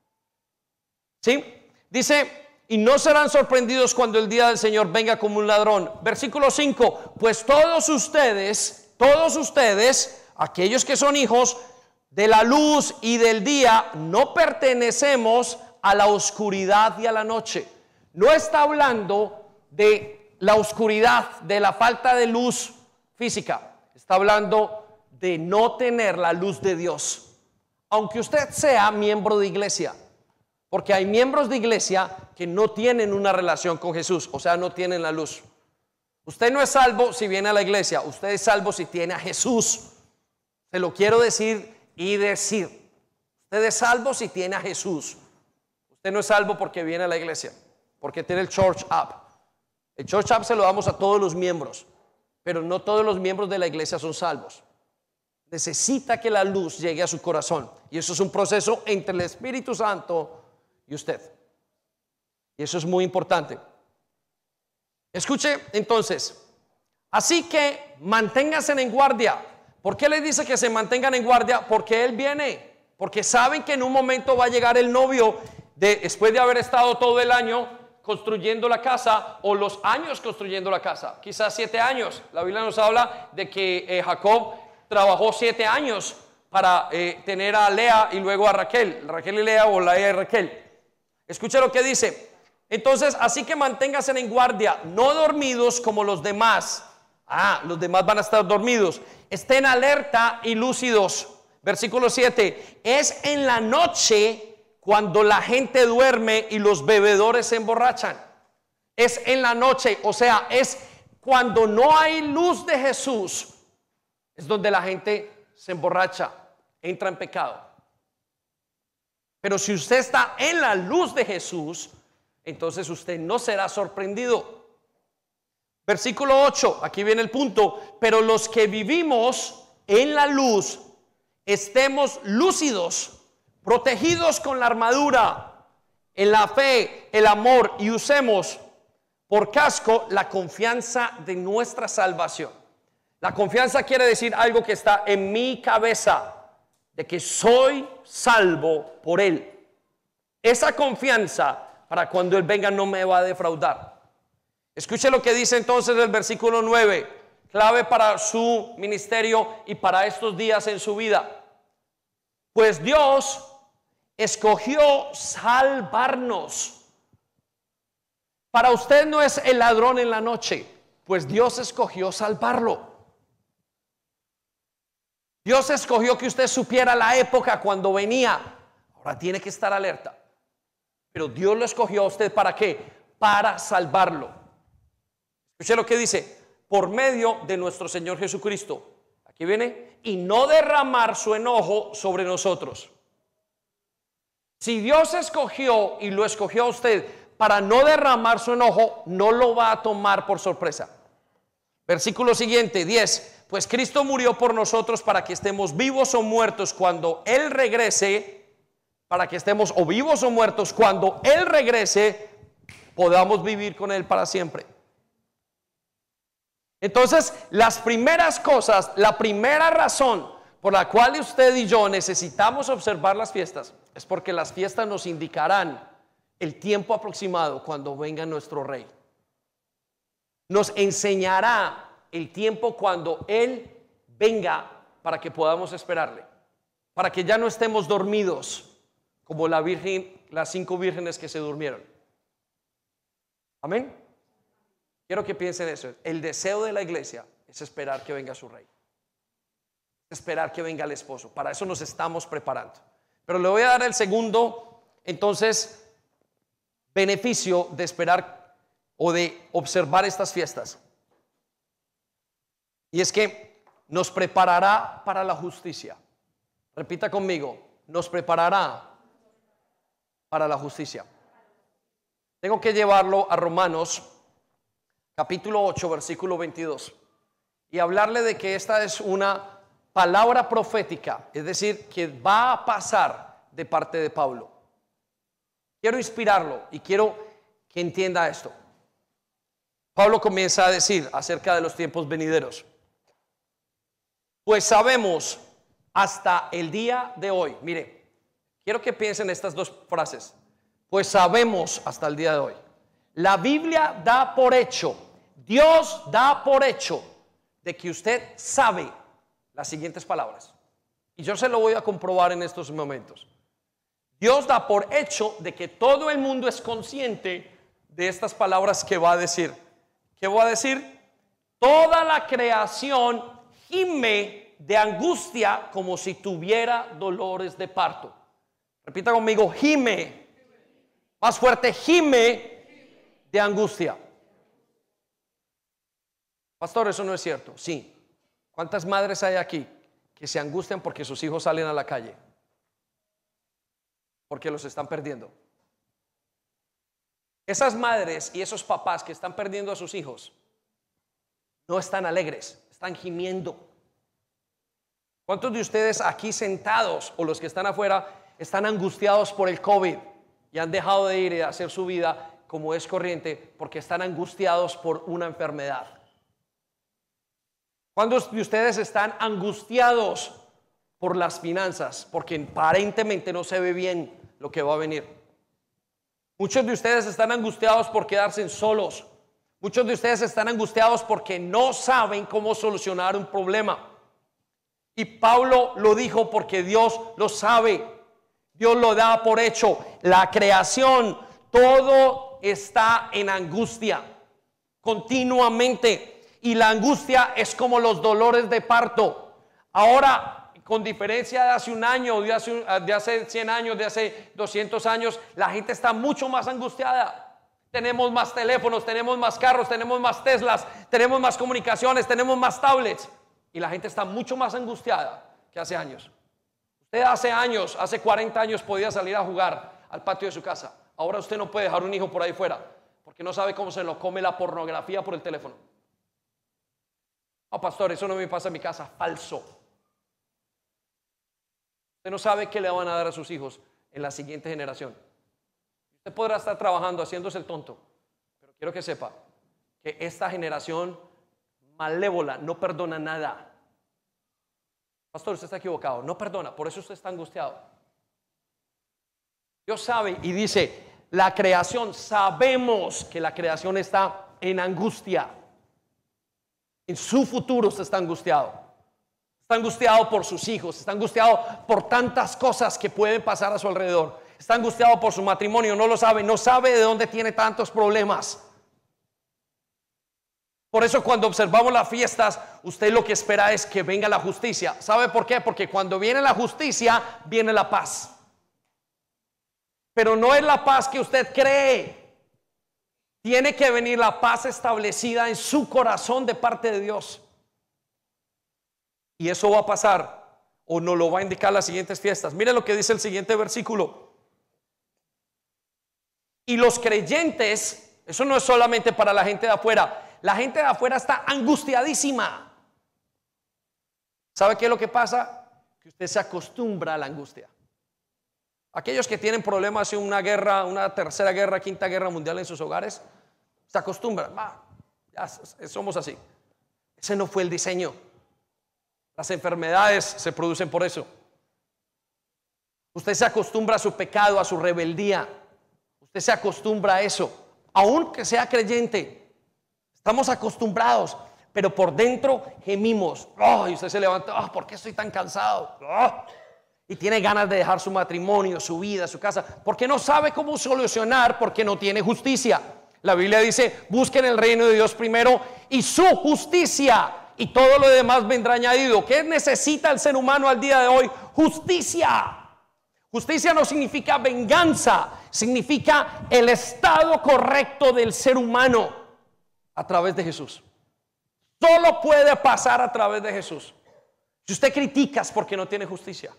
¿Sí? Dice, y no serán sorprendidos cuando el día del Señor venga como un ladrón. Versículo cinco, pues todos ustedes, todos ustedes, aquellos que son hijos de la luz y del día, no pertenecemos a la oscuridad y a la noche. No está hablando de la oscuridad, de la falta de luz física. Está hablando de no tener la luz de Dios. Aunque usted sea miembro de iglesia. Porque hay miembros de iglesia que no tienen una relación con Jesús, o sea, no tienen la luz. Usted no es salvo si viene a la iglesia, usted es salvo si tiene a Jesús. Se lo quiero decir y decir. Usted es salvo si tiene a Jesús. Usted no es salvo porque viene a la iglesia, porque tiene el church app. El church app se lo damos a todos los miembros, pero no todos los miembros de la iglesia son salvos. Necesita que la luz llegue a su corazón, y eso es un proceso entre el Espíritu Santo y usted. Y eso es muy importante. Escuche entonces, así que manténganse en guardia. ¿Por qué le dice que se mantengan en guardia? Porque Él viene porque saben que en un momento va a llegar el novio de, después de haber estado todo el año construyendo la casa, o los años construyendo la casa, quizás siete años. La Biblia nos habla de que eh, Jacob trabajó siete años para eh, tener a Lea y luego a Raquel, Raquel y Lea, o Lea y Raquel. Escuche lo que dice. Entonces, así que manténganse en guardia, no dormidos como los demás. Ah, los demás van a estar dormidos. Estén alerta y lúcidos. Versículo siete. Es en la noche cuando la gente duerme y los bebedores se emborrachan. Es en la noche, o sea, es cuando no hay luz de Jesús. Es donde la gente se emborracha, entra en pecado. Pero si usted está en la luz de Jesús, entonces usted no será sorprendido. Versículo ocho, aquí viene el punto. Pero los que vivimos en la luz, estemos lúcidos, protegidos con la armadura, en la fe, el amor, y usemos por casco la confianza de nuestra salvación. La confianza quiere decir algo que está en mi cabeza, de que soy salvo por Él. Esa confianza, para cuando Él venga, no me va a defraudar. Escuche lo que dice entonces el versículo nueve, clave para su ministerio y para estos días en su vida. Pues Dios escogió salvarnos. Para usted no es el ladrón en la noche, pues Dios escogió salvarlo. Dios escogió que usted supiera la época cuando venía. Ahora tiene que estar alerta. Pero Dios lo escogió a usted, ¿para qué? Para salvarlo. Escuche lo que dice: por medio de nuestro Señor Jesucristo. Aquí viene: y no derramar su enojo sobre nosotros. Si Dios escogió y lo escogió a usted para no derramar su enojo, no lo va a tomar por sorpresa. Versículo siguiente, diez. Pues Cristo murió por nosotros para que estemos vivos o muertos cuando Él regrese, para que estemos o vivos o muertos cuando Él regrese, podamos vivir con Él para siempre. Entonces, las primeras cosas, la primera razón por la cual usted y yo necesitamos observar las fiestas, es porque las fiestas nos indicarán el tiempo aproximado cuando venga nuestro Rey. Nos enseñará el tiempo cuando Él venga, para que podamos esperarle, para que ya no estemos dormidos como la virgen, las cinco vírgenes que se durmieron. Amén. Quiero que piensen eso. El deseo de la iglesia es esperar que venga su Rey, esperar que venga el esposo. Para eso nos estamos preparando. Pero le voy a dar el segundo, entonces, beneficio de esperar o de observar estas fiestas. Y es que nos preparará para la justicia. Repita conmigo: nos preparará para la justicia. Tengo que llevarlo a Romanos capítulo ocho, versículo veintidós, y hablarle de que esta es una palabra profética, es decir, que va a pasar de parte de Pablo. Quiero inspirarlo y quiero que entienda esto. Pablo comienza a decir acerca de los tiempos venideros: pues sabemos hasta el día de hoy. Mire, quiero que piensen estas dos frases. Pues sabemos hasta el día de hoy. La Biblia da por hecho, Dios da por hecho, de que usted sabe las siguientes palabras. Y yo se lo voy a comprobar en estos momentos. Dios da por hecho de que todo el mundo es consciente de estas palabras que va a decir. ¿Qué va a decir? Toda la creación gime de angustia como si tuviera dolores de parto. Repita conmigo: gime. Más fuerte: gime de angustia. Pastor, eso no es cierto. Sí. ¿Cuántas madres hay aquí que se angustian porque sus hijos salen a la calle? Porque los están perdiendo. Esas madres y esos papás que están perdiendo a sus hijos no están alegres, están gimiendo. ¿Cuántos de ustedes aquí sentados o los que están afuera están angustiados por el COVID y han dejado de ir a hacer su vida como es corriente porque están angustiados por una enfermedad? ¿Cuántos de ustedes están angustiados por las finanzas, porque aparentemente no se ve bien lo que va a venir. Muchos de ustedes están angustiados por quedarse solos. Muchos de ustedes están angustiados porque no saben cómo solucionar un problema. Y Pablo lo dijo porque Dios lo sabe. Dios lo da por hecho. La creación, todo está en angustia continuamente. Y la angustia es como los dolores de parto. Ahora, con diferencia de hace un año, de hace, de hace cien años, de hace doscientos años, la gente está mucho más angustiada. Tenemos más teléfonos, tenemos más carros, tenemos más Teslas, tenemos más comunicaciones, tenemos más tablets. Y la gente está mucho más angustiada que hace años. Usted hace años, hace cuarenta años podía salir a jugar al patio de su casa. Ahora usted no puede dejar un hijo por ahí fuera porque no sabe cómo se lo come la pornografía por el teléfono. No, pastor, eso no me pasa en mi casa. Falso. Usted no sabe qué le van a dar a sus hijos en la siguiente generación. Usted podrá estar trabajando haciéndose el tonto, pero quiero que sepa que esta generación malévola no perdona nada. Pastor, usted está equivocado, no perdona, por eso usted está angustiado. Dios sabe y dice, la creación, sabemos que la creación está en angustia. En su futuro usted está angustiado. Está angustiado por sus hijos, está angustiado por tantas cosas que pueden pasar a su alrededor. Está angustiado por su matrimonio, no lo sabe, no sabe de dónde tiene tantos problemas. Por eso cuando observamos las fiestas, usted lo que espera es que venga la justicia. ¿Sabe por qué? Porque cuando viene la justicia, viene la paz. Pero no es la paz que usted cree. Tiene que venir la paz establecida en su corazón de parte de Dios. Y eso va a pasar, o nos lo va a indicar las siguientes fiestas. Mire lo que dice el siguiente versículo. Y los creyentes, eso no es solamente para la gente de afuera. La gente de afuera está angustiadísima. ¿Sabe qué es lo que pasa? Que usted se acostumbra a la angustia. Aquellos que tienen problemas en una guerra, una tercera guerra, quinta guerra mundial en sus hogares, se acostumbran. Ah, ya somos así. Ese no fue el diseño. Las enfermedades se producen por eso. Usted se acostumbra a su pecado, a su rebeldía. Usted se acostumbra a eso, aunque sea creyente. Estamos acostumbrados, pero por dentro gemimos. Oh, y usted se levanta, oh, ¿por qué estoy tan cansado? Oh, y tiene ganas de dejar su matrimonio, su vida, su casa, porque no sabe cómo solucionar, porque no tiene justicia. La Biblia dice, busquen el reino de Dios primero y su justicia, y todo lo demás vendrá añadido. ¿Qué necesita el ser humano al día de hoy? Justicia. Justicia no significa venganza, significa el estado correcto del ser humano a través de Jesús. Solo puede pasar a través de Jesús. Si usted critica es porque no tiene justicia.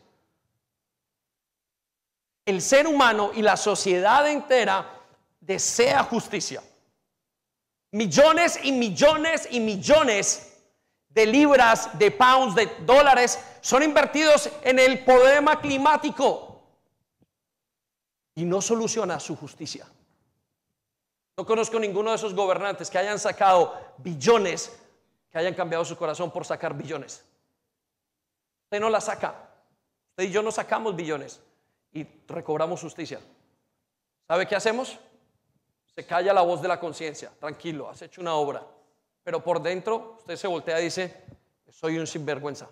El ser humano y la sociedad entera desea justicia. Millones y millones y millones de libras, de pounds, de dólares son invertidos en el problema climático y no soluciona su justicia. No conozco ninguno de esos gobernantes que hayan sacado billones, que hayan cambiado su corazón por sacar billones. Usted no la saca. Usted y yo no sacamos billones y recobramos justicia. ¿Sabe qué hacemos? Se calla la voz de la conciencia. Tranquilo, has hecho una obra. Pero por dentro usted se voltea y dice, soy un sinvergüenza.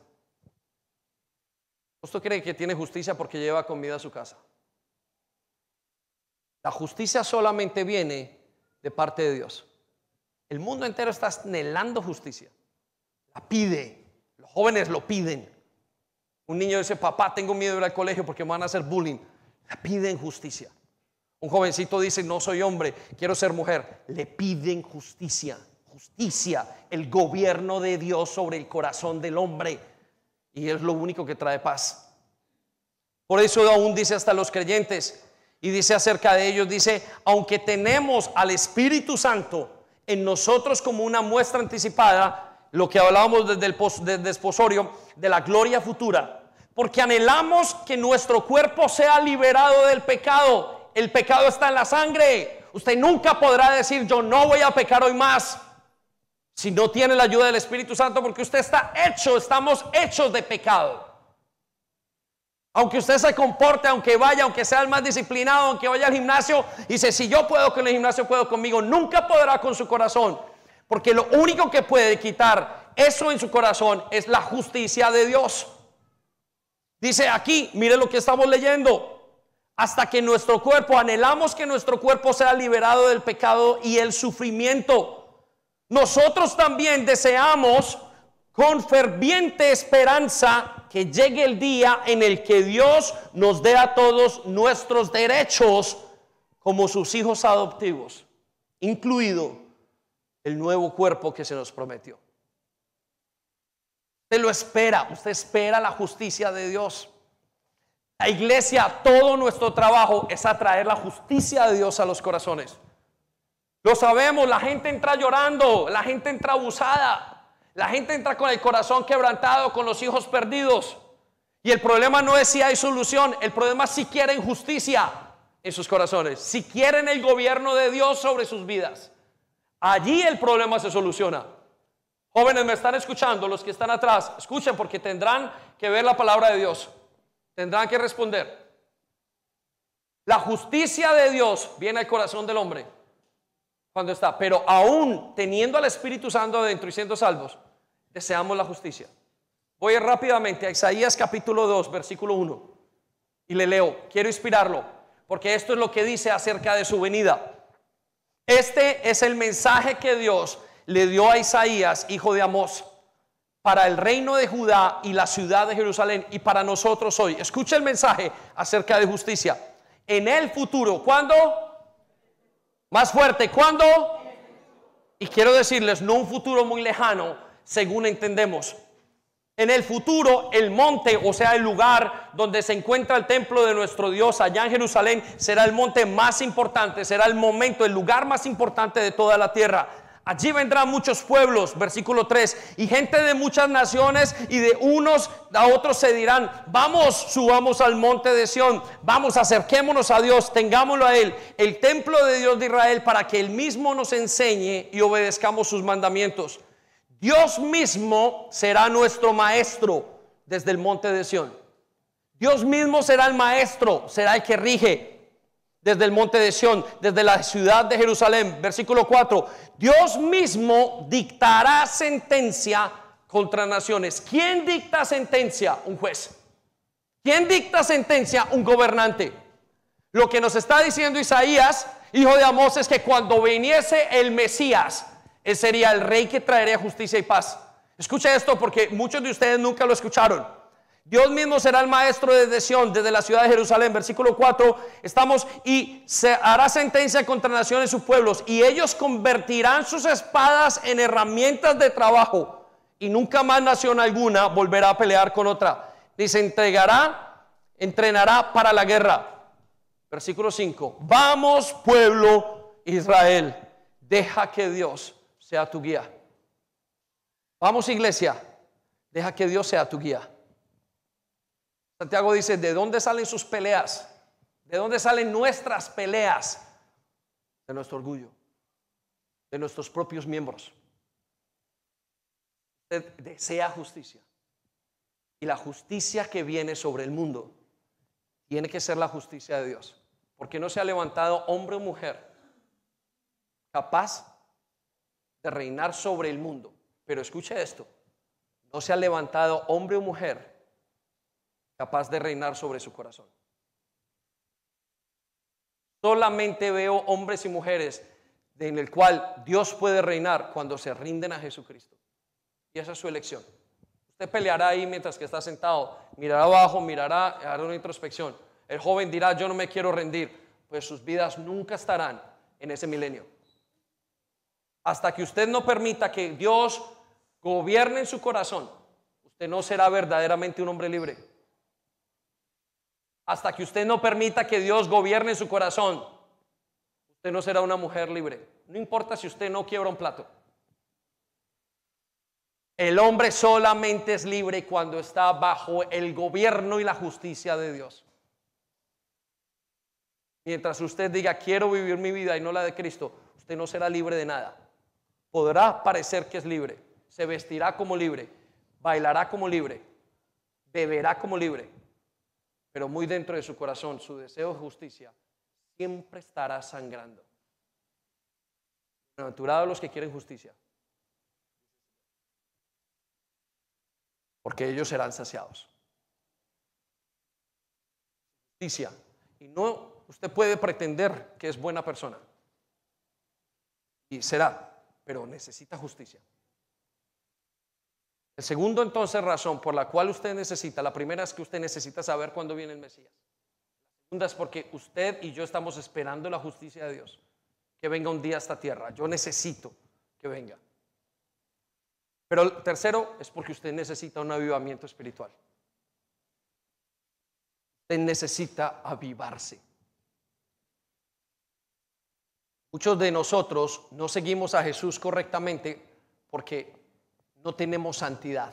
¿Usted cree que tiene justicia porque lleva comida a su casa? La justicia solamente viene de parte de Dios. El mundo entero está anhelando justicia. La pide. Los jóvenes lo piden. Un niño dice, papá, tengo miedo de ir al colegio porque me van a hacer bullying. Le piden justicia. Un jovencito dice, no soy hombre, quiero ser mujer. Le piden justicia. Justicia, el gobierno de Dios sobre el corazón del hombre. Y es lo único que trae paz. Por eso aún dice hasta los creyentes, y dice acerca de ellos, dice, aunque tenemos al Espíritu Santo en nosotros como una muestra anticipada, lo que hablábamos desde el pos, desde desposorio, de la gloria futura, porque anhelamos que nuestro cuerpo sea liberado del pecado. El pecado está en la sangre. Usted nunca podrá decir, yo no voy a pecar hoy más, si no tiene la ayuda del Espíritu Santo, porque usted está hecho, estamos hechos de pecado. Aunque usted se comporte, aunque vaya, aunque sea el más disciplinado, aunque vaya al gimnasio, dice, si yo puedo con el gimnasio, puedo conmigo. Nunca podrá con su corazón, porque lo único que puede quitar eso en su corazón es la justicia de Dios. Dice aquí, mire lo que estamos leyendo. Hasta que nuestro cuerpo, anhelamos que nuestro cuerpo sea liberado del pecado y el sufrimiento. Nosotros también deseamos con ferviente esperanza que llegue el día en el que Dios nos dé a todos nuestros derechos como sus hijos adoptivos, incluido el nuevo cuerpo que se nos prometió. Usted lo espera, usted espera la justicia de Dios. La iglesia, todo nuestro trabajo es atraer la justicia de Dios a los corazones. Lo sabemos, la gente entra llorando, la gente entra abusada. La gente entra con el corazón quebrantado, con los hijos perdidos. Y el problema no es si hay solución, el problema es si quieren justicia en sus corazones, si quieren el gobierno de Dios sobre sus vidas. Allí el problema se soluciona. Jóvenes, me están escuchando, los que están atrás, escuchen, porque tendrán que ver la palabra de Dios, tendrán que responder. La justicia de Dios viene al corazón del hombre cuando está, pero aún teniendo al Espíritu Santo adentro y siendo salvos, deseamos la justicia. Voy rápidamente a Isaías capítulo dos, versículo uno, y le leo, quiero inspirarlo, porque esto es lo que dice acerca de su venida. Este es el mensaje que Dios le dio a Isaías, hijo de Amós, para el reino de Judá y la ciudad de Jerusalén, y para nosotros hoy. Escucha el mensaje acerca de justicia. En el futuro, ¿cuándo? Más fuerte, ¿cuándo? Y quiero decirles, no un futuro muy lejano, según entendemos. En el futuro, el monte, o sea, el lugar donde se encuentra el templo de nuestro Dios allá en Jerusalén, será el monte más importante, será el momento, el lugar más importante de toda la tierra. Allí vendrán muchos pueblos, versículo tres, y gente de muchas naciones, y de unos a otros se dirán, vamos, subamos al monte de Sión, vamos, acerquémonos a Dios, tengámoslo a Él, el templo de Dios de Israel, para que Él mismo nos enseñe y obedezcamos sus mandamientos. Dios mismo será nuestro maestro desde el monte de Sión. Dios mismo será el maestro, será el que rige desde el monte de Sión, desde la ciudad de Jerusalén. Versículo cuatro, Dios mismo dictará sentencia contra naciones. ¿Quién dicta sentencia? Un juez. ¿Quién dicta sentencia? Un gobernante. Lo que nos está diciendo Isaías, hijo de Amós, es que cuando viniese el Mesías, él sería el rey que traería justicia y paz. Escuche esto, porque muchos de ustedes nunca lo escucharon. Dios mismo será el maestro desde Sión, desde la ciudad de Jerusalén. Versículo cuatro, estamos, y se hará sentencia contra naciones y sus pueblos, y ellos convertirán sus espadas en herramientas de trabajo, y nunca más nación alguna volverá a pelear con otra, ni se entregará, entrenará para la guerra. Versículo cinco, vamos, pueblo Israel, deja que Dios sea tu guía. Vamos, iglesia, deja que Dios sea tu guía. Santiago dice, ¿de dónde salen sus peleas? ¿De dónde salen nuestras peleas? De nuestro orgullo, de nuestros propios miembros. Usted desea justicia, y la justicia que viene sobre el mundo tiene que ser la justicia de Dios, porque no se ha levantado hombre o mujer capaz de reinar sobre el mundo. Pero escuche esto, no se ha levantado hombre o mujer capaz de reinar sobre su corazón. Solamente veo hombres y mujeres en el cual Dios puede reinar cuando se rinden a Jesucristo. Y esa es su elección. Usted peleará ahí mientras que está sentado, mirará abajo, mirará, hará una introspección. El joven dirá, yo no me quiero rendir. Pues sus vidas nunca estarán en ese milenio. Hasta que usted no permita que Dios gobierne en su corazón, usted no será verdaderamente un hombre libre. Hasta que usted no permita que Dios gobierne en su corazón, usted no será una mujer libre. No importa si usted no quiebra un plato. El hombre solamente es libre cuando está bajo el gobierno y la justicia de Dios. Mientras usted diga, quiero vivir mi vida y no la de Cristo, usted no será libre de nada. Podrá parecer que es libre, se vestirá como libre, bailará como libre, beberá como libre, pero muy dentro de su corazón, su deseo de justicia siempre estará sangrando. Bienaventurados los que quieren justicia, porque ellos serán saciados. Justicia. Y no, usted puede pretender que es buena persona. Y será, pero necesita justicia. El segundo entonces razón por la cual usted necesita, la primera es que usted necesita saber cuándo viene el Mesías. La segunda es porque usted y yo estamos esperando la justicia de Dios, que venga un día a esta tierra. Yo necesito que venga. Pero el tercero es porque usted necesita un avivamiento espiritual. Usted necesita avivarse. Muchos de nosotros no seguimos a Jesús correctamente porque no tenemos santidad.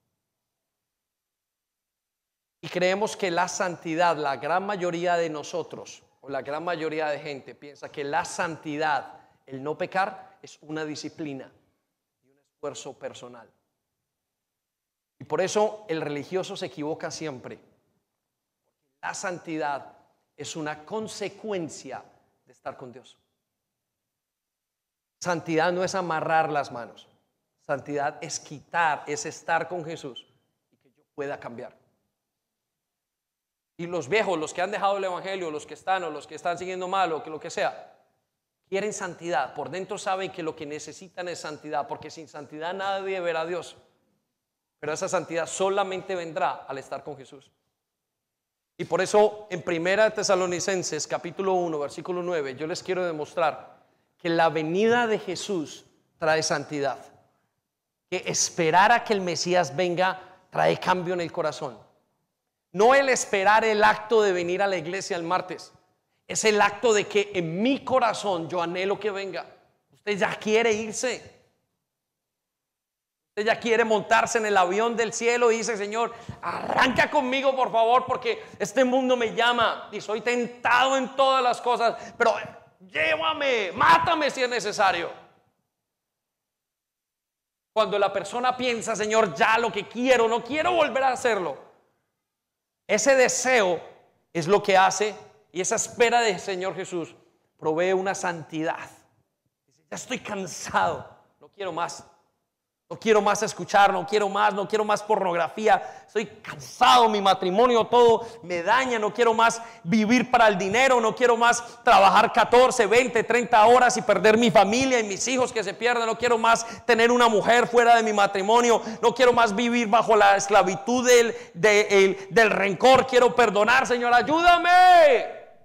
Y creemos que la santidad, la gran mayoría de nosotros, o la gran mayoría de gente, piensa que la santidad, el no pecar, es una disciplina y un esfuerzo personal. Y por eso el religioso se equivoca siempre. La santidad es una consecuencia de estar con Dios. Santidad no es amarrar las manos. Santidad es quitar, es estar con Jesús y que yo pueda cambiar. Y los viejos, los que han dejado el evangelio, los que están o los que están siguiendo mal o que lo que sea, quieren santidad. Por dentro saben que lo que necesitan es santidad, porque sin santidad nadie verá a Dios. Pero esa santidad solamente vendrá al estar con Jesús. Y por eso en Primera de Tesalonicenses capítulo uno versículo nueve yo les quiero demostrar que la venida de Jesús trae santidad. Que esperar a que el Mesías venga trae cambio en el corazón. No el esperar el acto de venir a la iglesia el martes. Es el acto de que en mi corazón yo anhelo que venga. Usted ya quiere irse. Usted ya quiere montarse en el avión del cielo y dice: Señor, arranca conmigo por favor, porque este mundo me llama y soy tentado en todas las cosas, pero llévame, mátame si es necesario. Cuando la persona piensa: Señor, ya lo que quiero, no quiero volver a hacerlo, ese deseo es lo que hace, y esa espera del Señor Jesús provee una santidad. Dice: ya estoy cansado, no quiero más. No quiero más escuchar, no quiero más, no quiero más pornografía. Estoy cansado, mi matrimonio todo me daña. No quiero más vivir para el dinero. No quiero más trabajar catorce, veinte, treinta horas y perder mi familia y mis hijos que se pierdan. No quiero más tener una mujer fuera de mi matrimonio. No quiero más vivir bajo la esclavitud del, de, el, del rencor. Quiero perdonar, Señor, ayúdame.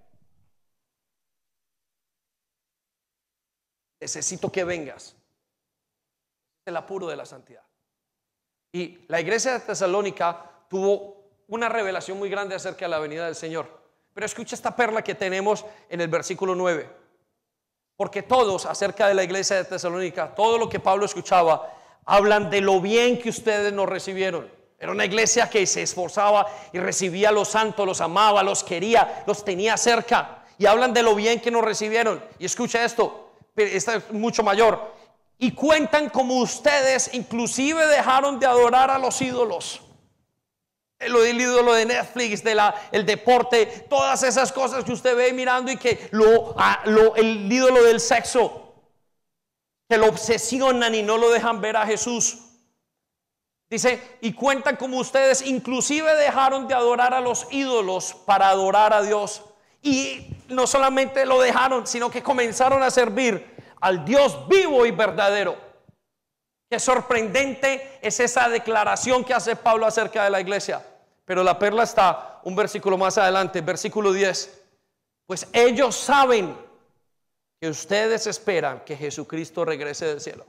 Necesito que vengas. El apuro de la santidad. Y la iglesia de Tesalónica tuvo una revelación muy grande acerca de la venida del Señor. Pero escucha esta perla que tenemos en el versículo nueve. Porque todos acerca de la iglesia de Tesalónica, todo lo que Pablo escuchaba, hablan de lo bien que ustedes nos recibieron. Era una iglesia que se esforzaba y recibía a los santos, los amaba, los quería, los tenía cerca. Y hablan de lo bien que nos recibieron. Y escucha esto, esta es mucho mayor. Y cuentan como ustedes inclusive dejaron de adorar a los ídolos. El, el ídolo de Netflix, de la, el deporte, todas esas cosas que usted ve mirando, y que lo, a, lo, el ídolo del sexo, que lo obsesionan y no lo dejan ver a Jesús. Dice: y cuentan como ustedes inclusive dejaron de adorar a los ídolos para adorar a Dios. Y no solamente lo dejaron, sino que comenzaron a servir al Dios vivo y verdadero. Qué sorprendente es esa declaración que hace Pablo acerca de la iglesia. Pero la perla está un versículo más adelante, versículo diez. Pues ellos saben que ustedes esperan que Jesucristo regrese del cielo.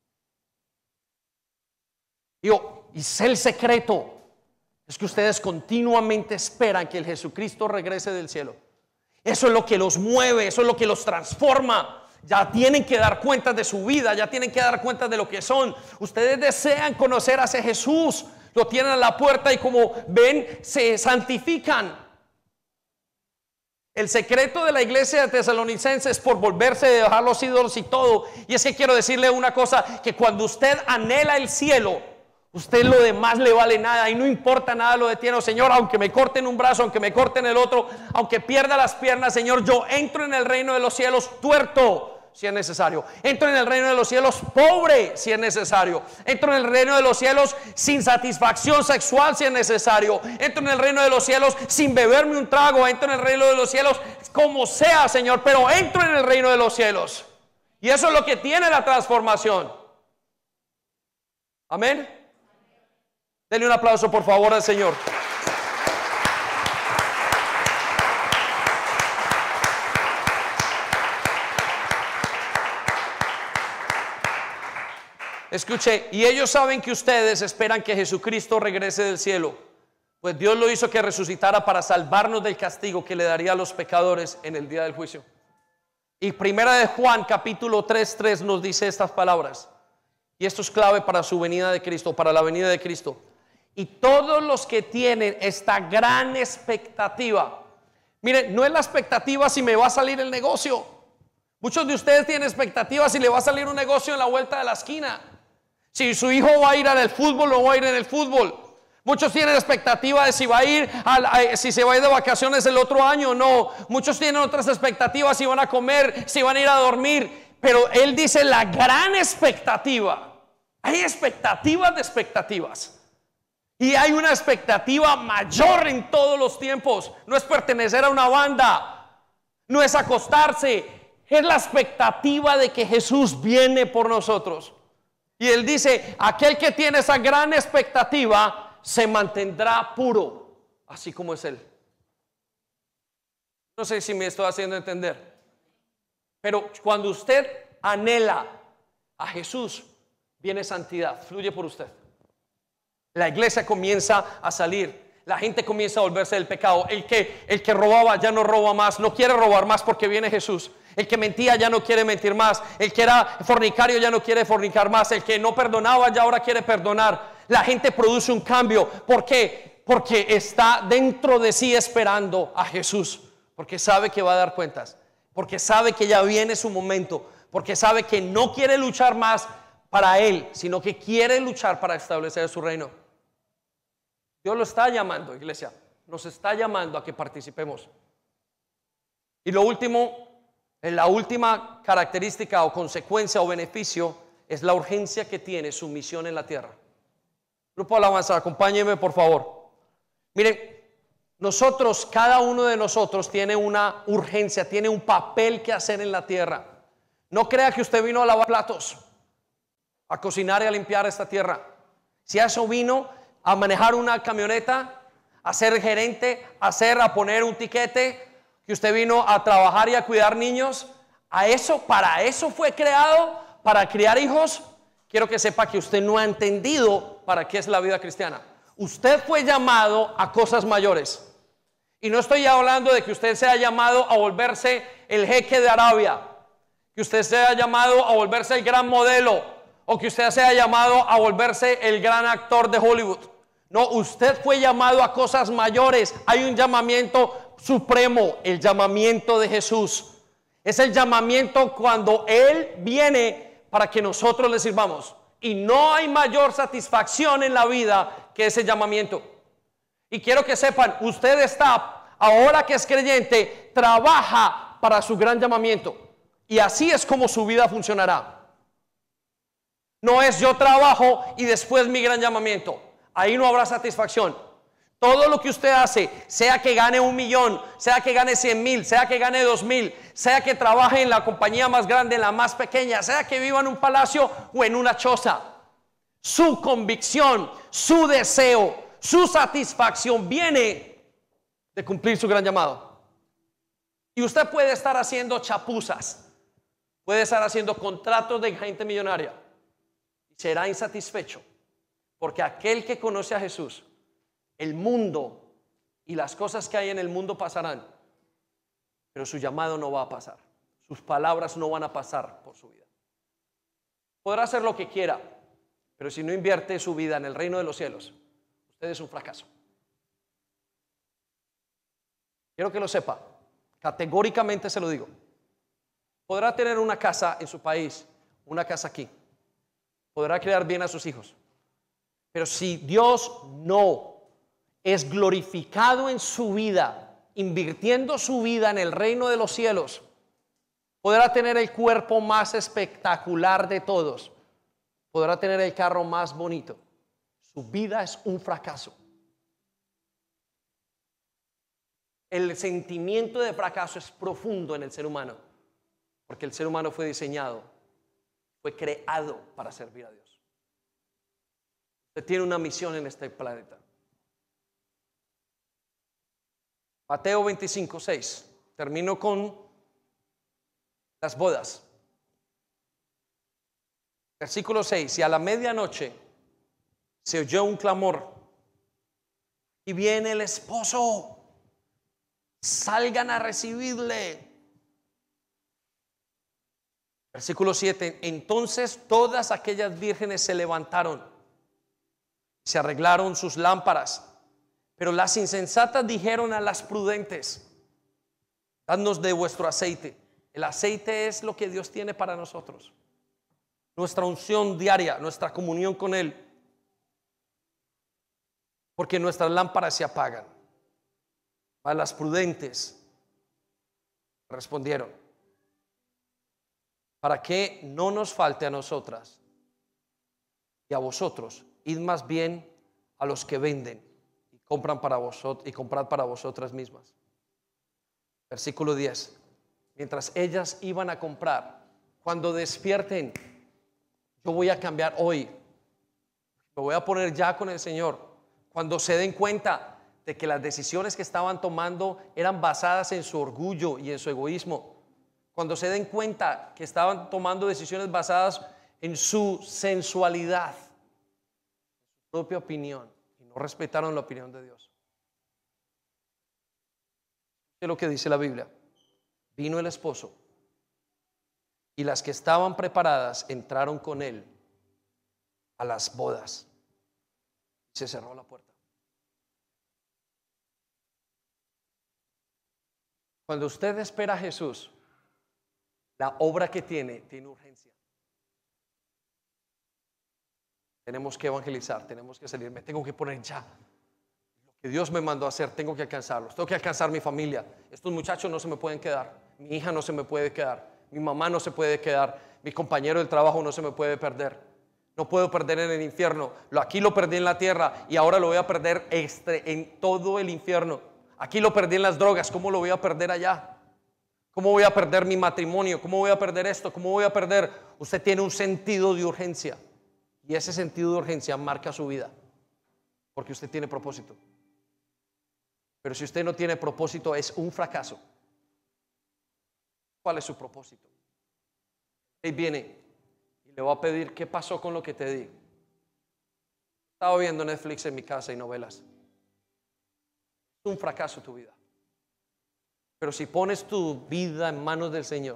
Digo, y es el secreto, es que ustedes continuamente esperan que el Jesucristo regrese del cielo. Eso es lo que los mueve, eso es lo que los transforma. Ya tienen que dar cuenta de su vida, ya tienen que dar cuenta de lo que son. Ustedes desean conocer a ese Jesús, lo tienen a la puerta y como ven se santifican. El secreto de la iglesia de Tesalonicenses es por volverse de dejar los ídolos y todo. Y es que quiero decirle una cosa, que cuando usted anhela el cielo, Usted lo demás le vale nada y no importa nada lo detiene. Señor, aunque me corten un brazo, aunque me corten el otro, aunque pierda las piernas, Señor, yo entro en el reino de los cielos tuerto si es necesario. Entro en el reino de los cielos pobre si es necesario. Entro en el reino de los cielos sin satisfacción sexual si es necesario. Entro en el reino de los cielos sin beberme un trago. Entro en el reino de los cielos como sea, Señor, pero entro en el reino de los cielos. Y eso es lo que tiene la transformación. Amén. Denle un aplauso por favor al Señor. Escuche, y ellos saben que ustedes esperan que Jesucristo regrese del cielo, pues Dios lo hizo que resucitara para salvarnos del castigo que le daría a los pecadores en el día del juicio. Y primera de Juan capítulo tres, tres nos dice estas palabras, y esto es clave para su venida de Cristo, para la venida de Cristo. Y todos los que tienen esta gran expectativa, miren, no es la expectativa si me va a salir el negocio. Muchos de ustedes tienen expectativas si le va a salir un negocio en la vuelta de la esquina. Si su hijo va a ir al fútbol o va a ir en el fútbol. Muchos tienen expectativa de si va a ir a, a, si se va a ir de vacaciones el otro año o no. Muchos tienen otras expectativas, si van a comer, si van a ir a dormir. Pero él dice la gran expectativa. Hay expectativas de expectativas. Y hay una expectativa mayor en todos los tiempos. No es pertenecer a una banda, no es acostarse, es la expectativa de que Jesús viene por nosotros. Y él dice, aquel que tiene esa gran expectativa se mantendrá puro, así como es él. No sé si me estoy haciendo entender, pero cuando usted anhela a Jesús, viene santidad, fluye por usted. La iglesia comienza a salir. La gente comienza a volverse del pecado. El que, el que robaba ya no roba más. No quiere robar más porque viene Jesús. El que mentía ya no quiere mentir más. El que era fornicario ya no quiere fornicar más. El que no perdonaba ya ahora quiere perdonar. La gente produce un cambio. ¿Por qué? Porque está dentro de sí esperando a Jesús. Porque sabe que va a dar cuentas. Porque sabe que ya viene su momento. Porque sabe que no quiere luchar más para él, sino que quiere luchar para establecer su reino. Dios lo está llamando, iglesia. Nos está llamando a que participemos. Y lo último, la última característica o consecuencia o beneficio es la urgencia que tiene su misión en la tierra. Grupo Alabanza, acompáñenme por favor. Miren, nosotros, cada uno de nosotros tiene una urgencia, tiene un papel que hacer en la tierra. No crea que usted vino a lavar platos, a cocinar y a limpiar esta tierra. Si a eso vino, a manejar una camioneta, a ser gerente, a hacer, a poner un tiquete, que usted vino a trabajar y a cuidar niños, a eso, para eso fue creado, para criar hijos. Quiero que sepa que usted no ha entendido para qué es la vida cristiana. Usted fue llamado a cosas mayores. Y no estoy hablando de que usted sea llamado a volverse el jeque de Arabia, que usted sea llamado a volverse el gran modelo, o que usted sea llamado a volverse el gran actor de Hollywood. No, usted fue llamado a cosas mayores. Hay un llamamiento supremo, el llamamiento de Jesús. Es el llamamiento cuando Él viene para que nosotros le sirvamos. Y no hay mayor satisfacción en la vida que ese llamamiento. Y quiero que sepan, usted está, ahora que es creyente, trabaja para su gran llamamiento. Y así es como su vida funcionará. No es yo trabajo y después mi gran llamamiento. Ahí no habrá satisfacción. Todo lo que usted hace, sea que gane un millón, sea que gane cien mil, sea que gane dos mil, sea que trabaje en la compañía más grande, en la más pequeña, sea que viva en un palacio o en una choza, su convicción, su deseo, su satisfacción viene de cumplir su gran llamado. Y usted puede estar haciendo chapuzas, puede estar haciendo contratos de gente millonaria y será insatisfecho. Porque aquel que conoce a Jesús, el mundo y las cosas que hay en el mundo pasarán, pero su llamado no va a pasar. Sus palabras no van a pasar por su vida. Podrá hacer lo que quiera, pero si no invierte su vida en el reino de los cielos, usted es un fracaso. Quiero que lo sepa, categóricamente se lo digo. Podrá tener una casa en su país, una casa aquí. Podrá criar bien a sus hijos. Pero si Dios no es glorificado en su vida, invirtiendo su vida en el reino de los cielos, podrá tener el cuerpo más espectacular de todos, podrá tener el carro más bonito. Su vida es un fracaso. El sentimiento de fracaso es profundo en el ser humano, porque el ser humano fue diseñado, fue creado para servir a Dios. Usted tiene una misión en este planeta. Mateo veinticinco, seis. Termino con las bodas. Versículo seis. Y a la medianoche se oyó un clamor. Y viene el esposo. Salgan a recibirle. Versículo siete. Entonces todas aquellas vírgenes se levantaron, se arreglaron sus lámparas. Pero las insensatas dijeron a las prudentes: dadnos de vuestro aceite. El aceite es lo que Dios tiene para nosotros, nuestra unción diaria, nuestra comunión con Él, porque nuestras lámparas se apagan. A las prudentes respondieron: para que no nos falte a nosotras y a vosotros, id más bien a los que venden y compran para vosotros y comprad para vosotras mismas. Versículo diez. Mientras ellas iban a comprar, cuando despierten, yo voy a cambiar hoy, me voy a poner ya con el Señor. Cuando se den cuenta de que las decisiones que estaban tomando eran basadas en su orgullo y en su egoísmo, cuando se den cuenta que estaban tomando decisiones basadas en su sensualidad, su propia opinión, y no respetaron la opinión de Dios. ¿Qué es lo que dice la Biblia? Vino el esposo y las que estaban preparadas entraron con él a las bodas. Se cerró la puerta. Cuando usted espera a Jesús, la obra que tiene tiene urgencia. Tenemos que evangelizar, tenemos que salir. Me tengo que poner ya. Lo que Dios me mandó a hacer, tengo que alcanzarlos. Tengo que alcanzar mi familia. Estos muchachos no se me pueden quedar. Mi hija no se me puede quedar. Mi mamá no se puede quedar. Mi compañero del trabajo no se me puede perder. No puedo perder en el infierno. Aquí lo perdí en la tierra y ahora lo voy a perder en todo el infierno. Aquí lo perdí en las drogas. ¿Cómo lo voy a perder allá? ¿Cómo voy a perder mi matrimonio? ¿Cómo voy a perder esto? ¿Cómo voy a perder? Usted tiene un sentido de urgencia. Y ese sentido de urgencia marca su vida, porque usted tiene propósito. Pero si usted no tiene propósito, es un fracaso. ¿Cuál es su propósito? Él viene y le va a pedir: ¿qué pasó con lo que te di? Estaba viendo Netflix en mi casa y novelas. Es un fracaso tu vida. Pero si pones tu vida en manos del Señor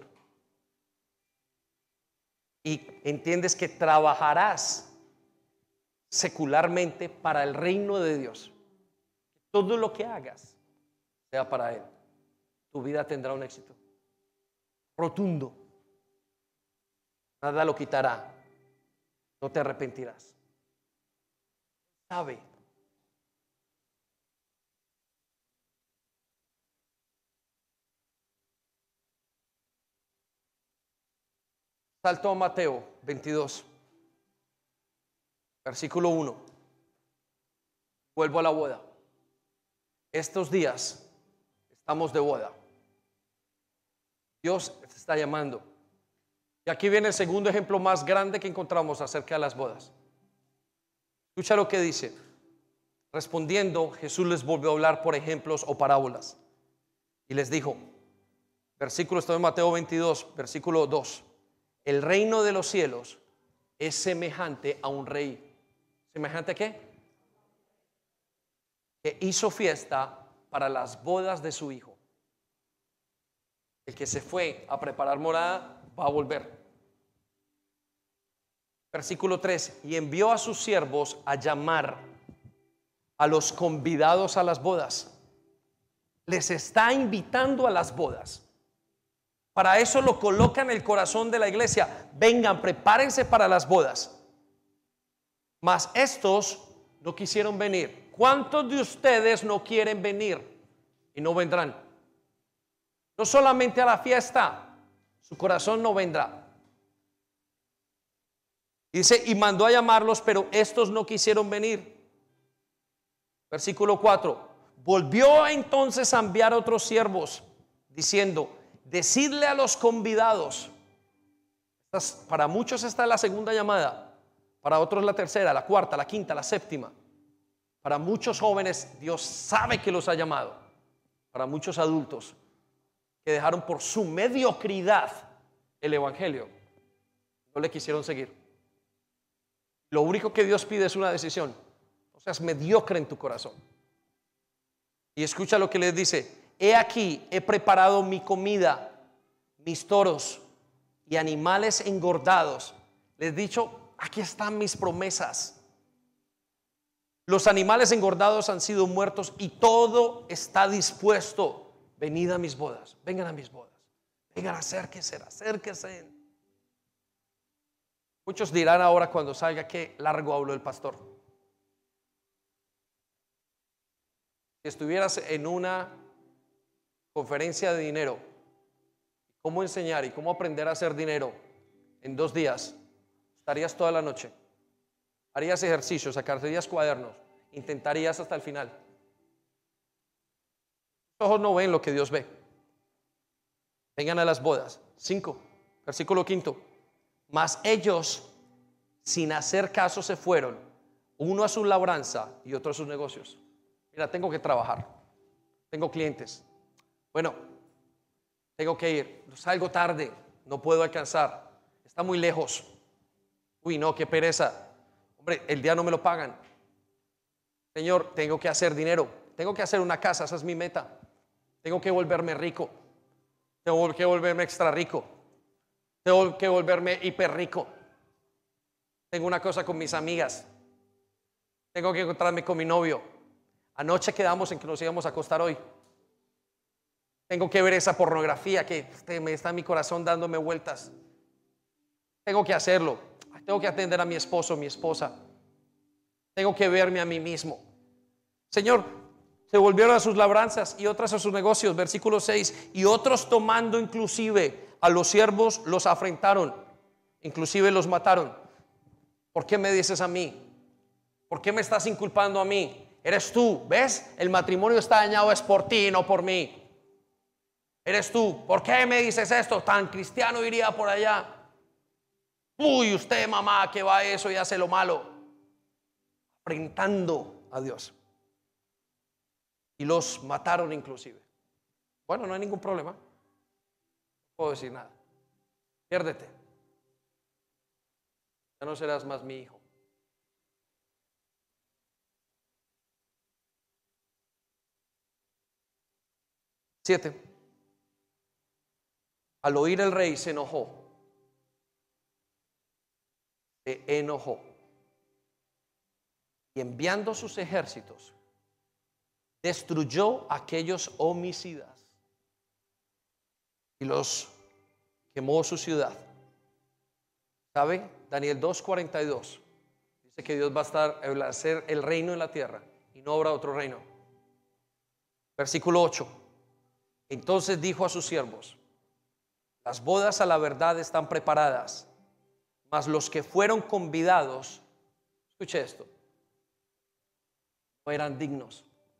y entiendes que trabajarás secularmente para el reino de Dios, todo lo que hagas sea para Él, tu vida tendrá un éxito rotundo. Nada lo quitará. No te arrepentirás. ¿Sabe? Salto a Mateo veintidós, versículo uno. Vuelvo a la boda. Estos días estamos de boda. Dios te está llamando. Y aquí viene el segundo ejemplo más grande que encontramos acerca de las bodas. Escucha lo que dice. Respondiendo, Jesús les volvió a hablar por ejemplos o parábolas. Y les dijo, versículo, estoy en Mateo veintidós, versículo dos. El reino de los cielos es semejante a un rey. ¿Semejante a qué? Que hizo fiesta para las bodas de su hijo. El que se fue a preparar morada va a volver. Versículo tres. Y envió a sus siervos a llamar a los convidados a las bodas. Les está invitando a las bodas. Para eso lo coloca en el corazón de la iglesia. Vengan, prepárense para las bodas. Mas estos no quisieron venir. ¿Cuántos de ustedes no quieren venir y no vendrán? No solamente a la fiesta, su corazón no vendrá. Dice, y mandó a llamarlos, pero estos no quisieron venir. Versículo cuatro. Volvió entonces a enviar otros siervos, diciendo, decidle a los convidados. Para muchos esta es la segunda llamada, para otros la tercera, la cuarta, la quinta, la séptima. Para muchos jóvenes Dios sabe que los ha llamado. Para muchos adultos que dejaron por su mediocridad el evangelio, no le quisieron seguir. Lo único que Dios pide es una decisión. No seas mediocre en tu corazón. Y escucha lo que les dice: he aquí, he preparado mi comida, mis toros y animales engordados. Les he dicho, aquí están mis promesas. Los animales engordados han sido muertos y todo está dispuesto. Venid a mis bodas, vengan a mis bodas. Vengan, acérquense, acérquense. Muchos dirán ahora cuando salga, qué largo habló el pastor. Si estuvieras en una conferencia de dinero, cómo enseñar y cómo aprender a hacer dinero en dos días, estarías toda la noche. Harías ejercicio, sacarías cuadernos, intentarías hasta el final. Los ojos no ven lo que Dios ve. Vengan a las bodas. Cinco, versículo quinto. Mas ellos, sin hacer caso, se fueron, uno a su labranza y otro a sus negocios. Mira, tengo que trabajar, tengo clientes. Bueno, tengo que ir, salgo tarde, no puedo alcanzar, está muy lejos. Uy, no, qué pereza. Hombre, el día no me lo pagan. Señor, tengo que hacer dinero, tengo que hacer una casa, esa es mi meta. Tengo que volverme rico, tengo que volverme extra rico, tengo que volverme hiper rico. Tengo una cosa con mis amigas, tengo que encontrarme con mi novio. Anoche quedamos en que nos íbamos a acostar hoy. Tengo que ver esa pornografía que me está en mi corazón dándome vueltas. Tengo que hacerlo. Tengo que atender a mi esposo, mi esposa. Tengo que verme a mí mismo. Señor, se volvieron a sus labranzas y otras a sus negocios. Versículo seis. Y otros, tomando inclusive a los siervos, los afrentaron, inclusive los mataron. ¿Por qué me dices a mí? ¿Por qué me estás inculpando a mí? Eres tú, ¿ves? El matrimonio está dañado, es por ti, no por mí. Eres tú. ¿Por qué me dices esto? Tan cristiano iría por allá. Uy, usted, mamá, que va a eso y hace lo malo. Afrentando a Dios. Y los mataron inclusive. Bueno, no hay ningún problema. No puedo decir nada. Piérdete. Ya no serás más mi hijo. Siete. Al oír el rey se enojó. Se enojó. Y enviando sus ejércitos, destruyó a aquellos homicidas y los quemó su ciudad. ¿Sabe? Daniel dos cuarenta y dos dice que Dios va a estar a hacer el reino en la tierra y no habrá otro reino. Versículo ocho. Entonces dijo a sus siervos: las bodas a la verdad están preparadas, mas los que fueron convidados, escuche esto, no eran dignos.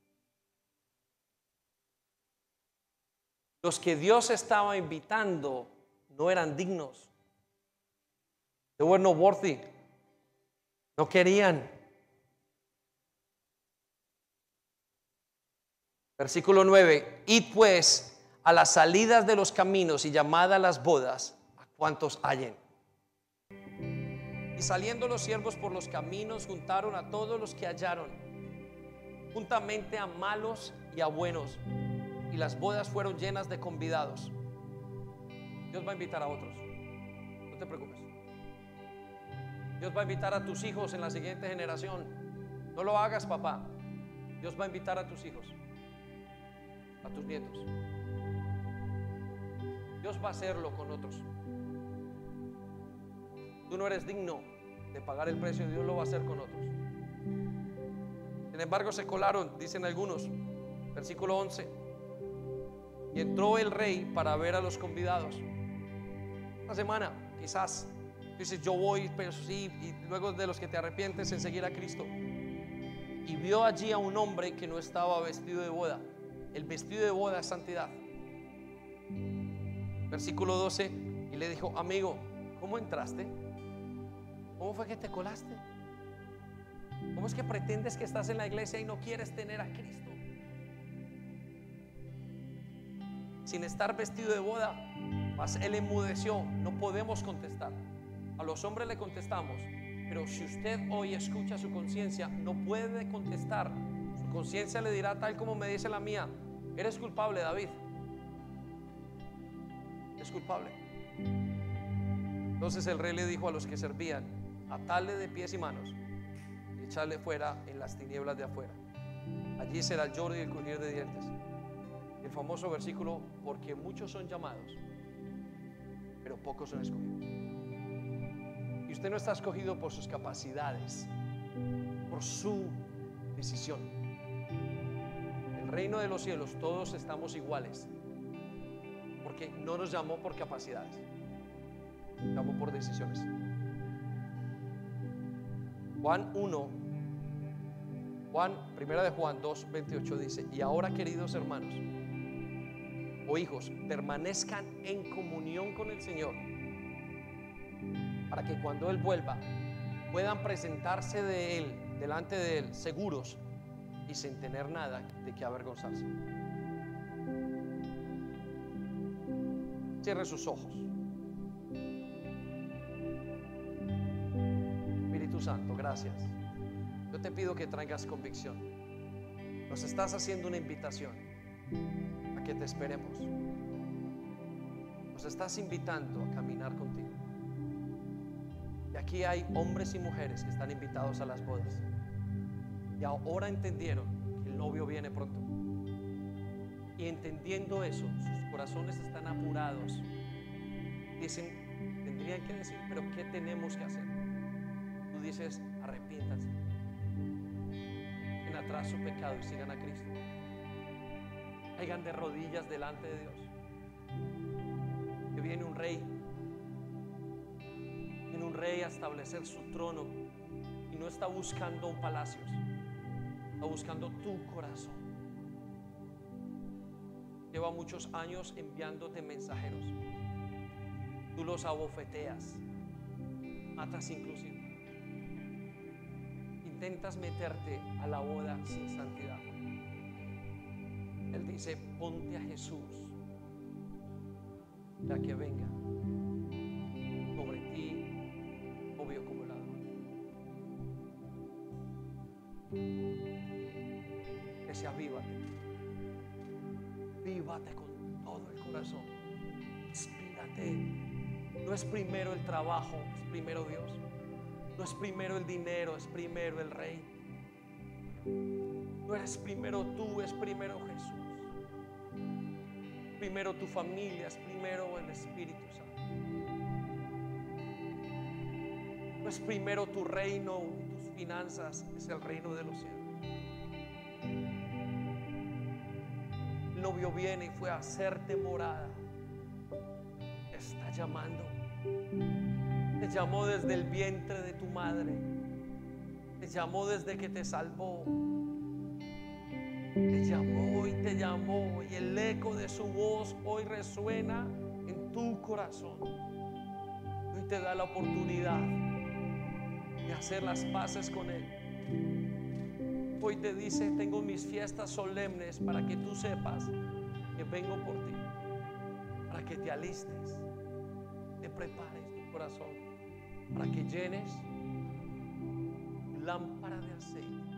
Los que Dios estaba invitando no eran dignos. They were not worthy. No querían. Versículo nueve. Id pues a las salidas de los caminos y llamad a las bodas a cuantos hallen. Y saliendo los siervos por los caminos, juntaron a todos los que hallaron, juntamente a malos y a buenos. Y las bodas fueron llenas de convidados. Dios va a invitar a otros. No te preocupes. Dios va a invitar a tus hijos en la siguiente generación. No lo hagas, papá. Dios va a invitar a tus hijos, a tus nietos. Dios va a hacerlo con otros. Tú no eres digno de pagar el precio. Dios lo va a hacer con otros. Sin embargo, se colaron, dicen algunos. Versículo once. Y entró el rey para ver a los convidados. Una semana, quizás. Dices, yo voy, pero sí, y luego de los que te arrepientes en seguir a Cristo. Y vio allí a un hombre que no estaba vestido de boda. El vestido de boda es santidad. Versículo doce. Y le dijo, amigo, ¿cómo entraste? ¿Cómo fue que te colaste? ¿Cómo es que pretendes que estás en la iglesia y no quieres tener a Cristo? Sin estar vestido de boda. Mas él enmudeció. No podemos contestar. A los hombres le contestamos, pero si usted hoy escucha su conciencia, no puede contestar. Su conciencia le dirá, tal como me dice la mía: eres culpable, David. Es culpable. Entonces el rey le dijo a los que servían: atadle de pies y manos y echarle fuera en las tinieblas de afuera. Allí será el lloro y el crujir de dientes. El famoso versículo: porque muchos son llamados, pero pocos son escogidos. Y usted no está escogido por sus capacidades, por su decisión. El reino de los cielos, todos estamos iguales, porque no nos llamó por capacidades, nos llamó por decisiones. Juan uno, Juan, primera de Juan dos, veintiocho dice: y ahora, queridos hermanos o hijos, permanezcan en comunión con el Señor, para que cuando Él vuelva puedan presentarse de Él, delante de Él, seguros y sin tener nada de qué avergonzarse. Cierre sus ojos. Espíritu Santo, gracias. Yo te pido que traigas convicción. Nos estás haciendo una invitación a que te esperemos. Nos estás invitando a caminar contigo. Y aquí hay hombres y mujeres que están invitados a las bodas y ahora entendieron que el novio viene pronto, y entendiendo eso sus corazones están apurados. Dicen, tendrían que decir, pero ¿qué tenemos que hacer? Tú dices, arrepiéntanse, dejen atrás su pecado y sigan a Cristo. Caigan de rodillas delante de Dios, que viene un rey. Viene un rey a establecer su trono y no está buscando palacios, está buscando tu corazón. Lleva muchos años enviándote mensajeros. Tú los abofeteas, matas inclusive. Intentas meterte a la boda sin santidad. Él dice, ponte a Jesús para que venga sobre ti, obvio como el agua. Que se avívate, vívate con todo el corazón, inspírate. No es primero el trabajo, es primero Dios. No es primero el dinero, es primero el Rey. No eres primero tú, es primero Jesús. Primero tu familia, es primero el Espíritu Santo. No es primero tu reino, tus finanzas, es el reino de los cielos. El novio viene y fue a hacerte morada. Te está llamando. Te llamó desde el vientre de tu madre. Te llamó desde que te salvó. Te llamó y te llamó, y el eco de su voz hoy resuena en tu corazón. Hoy te da la oportunidad de hacer las paces con Él. Hoy te dice, tengo mis fiestas solemnes para que tú sepas que vengo por ti, para que te alistes, te prepares tu corazón, para que llenes lámpara de aceite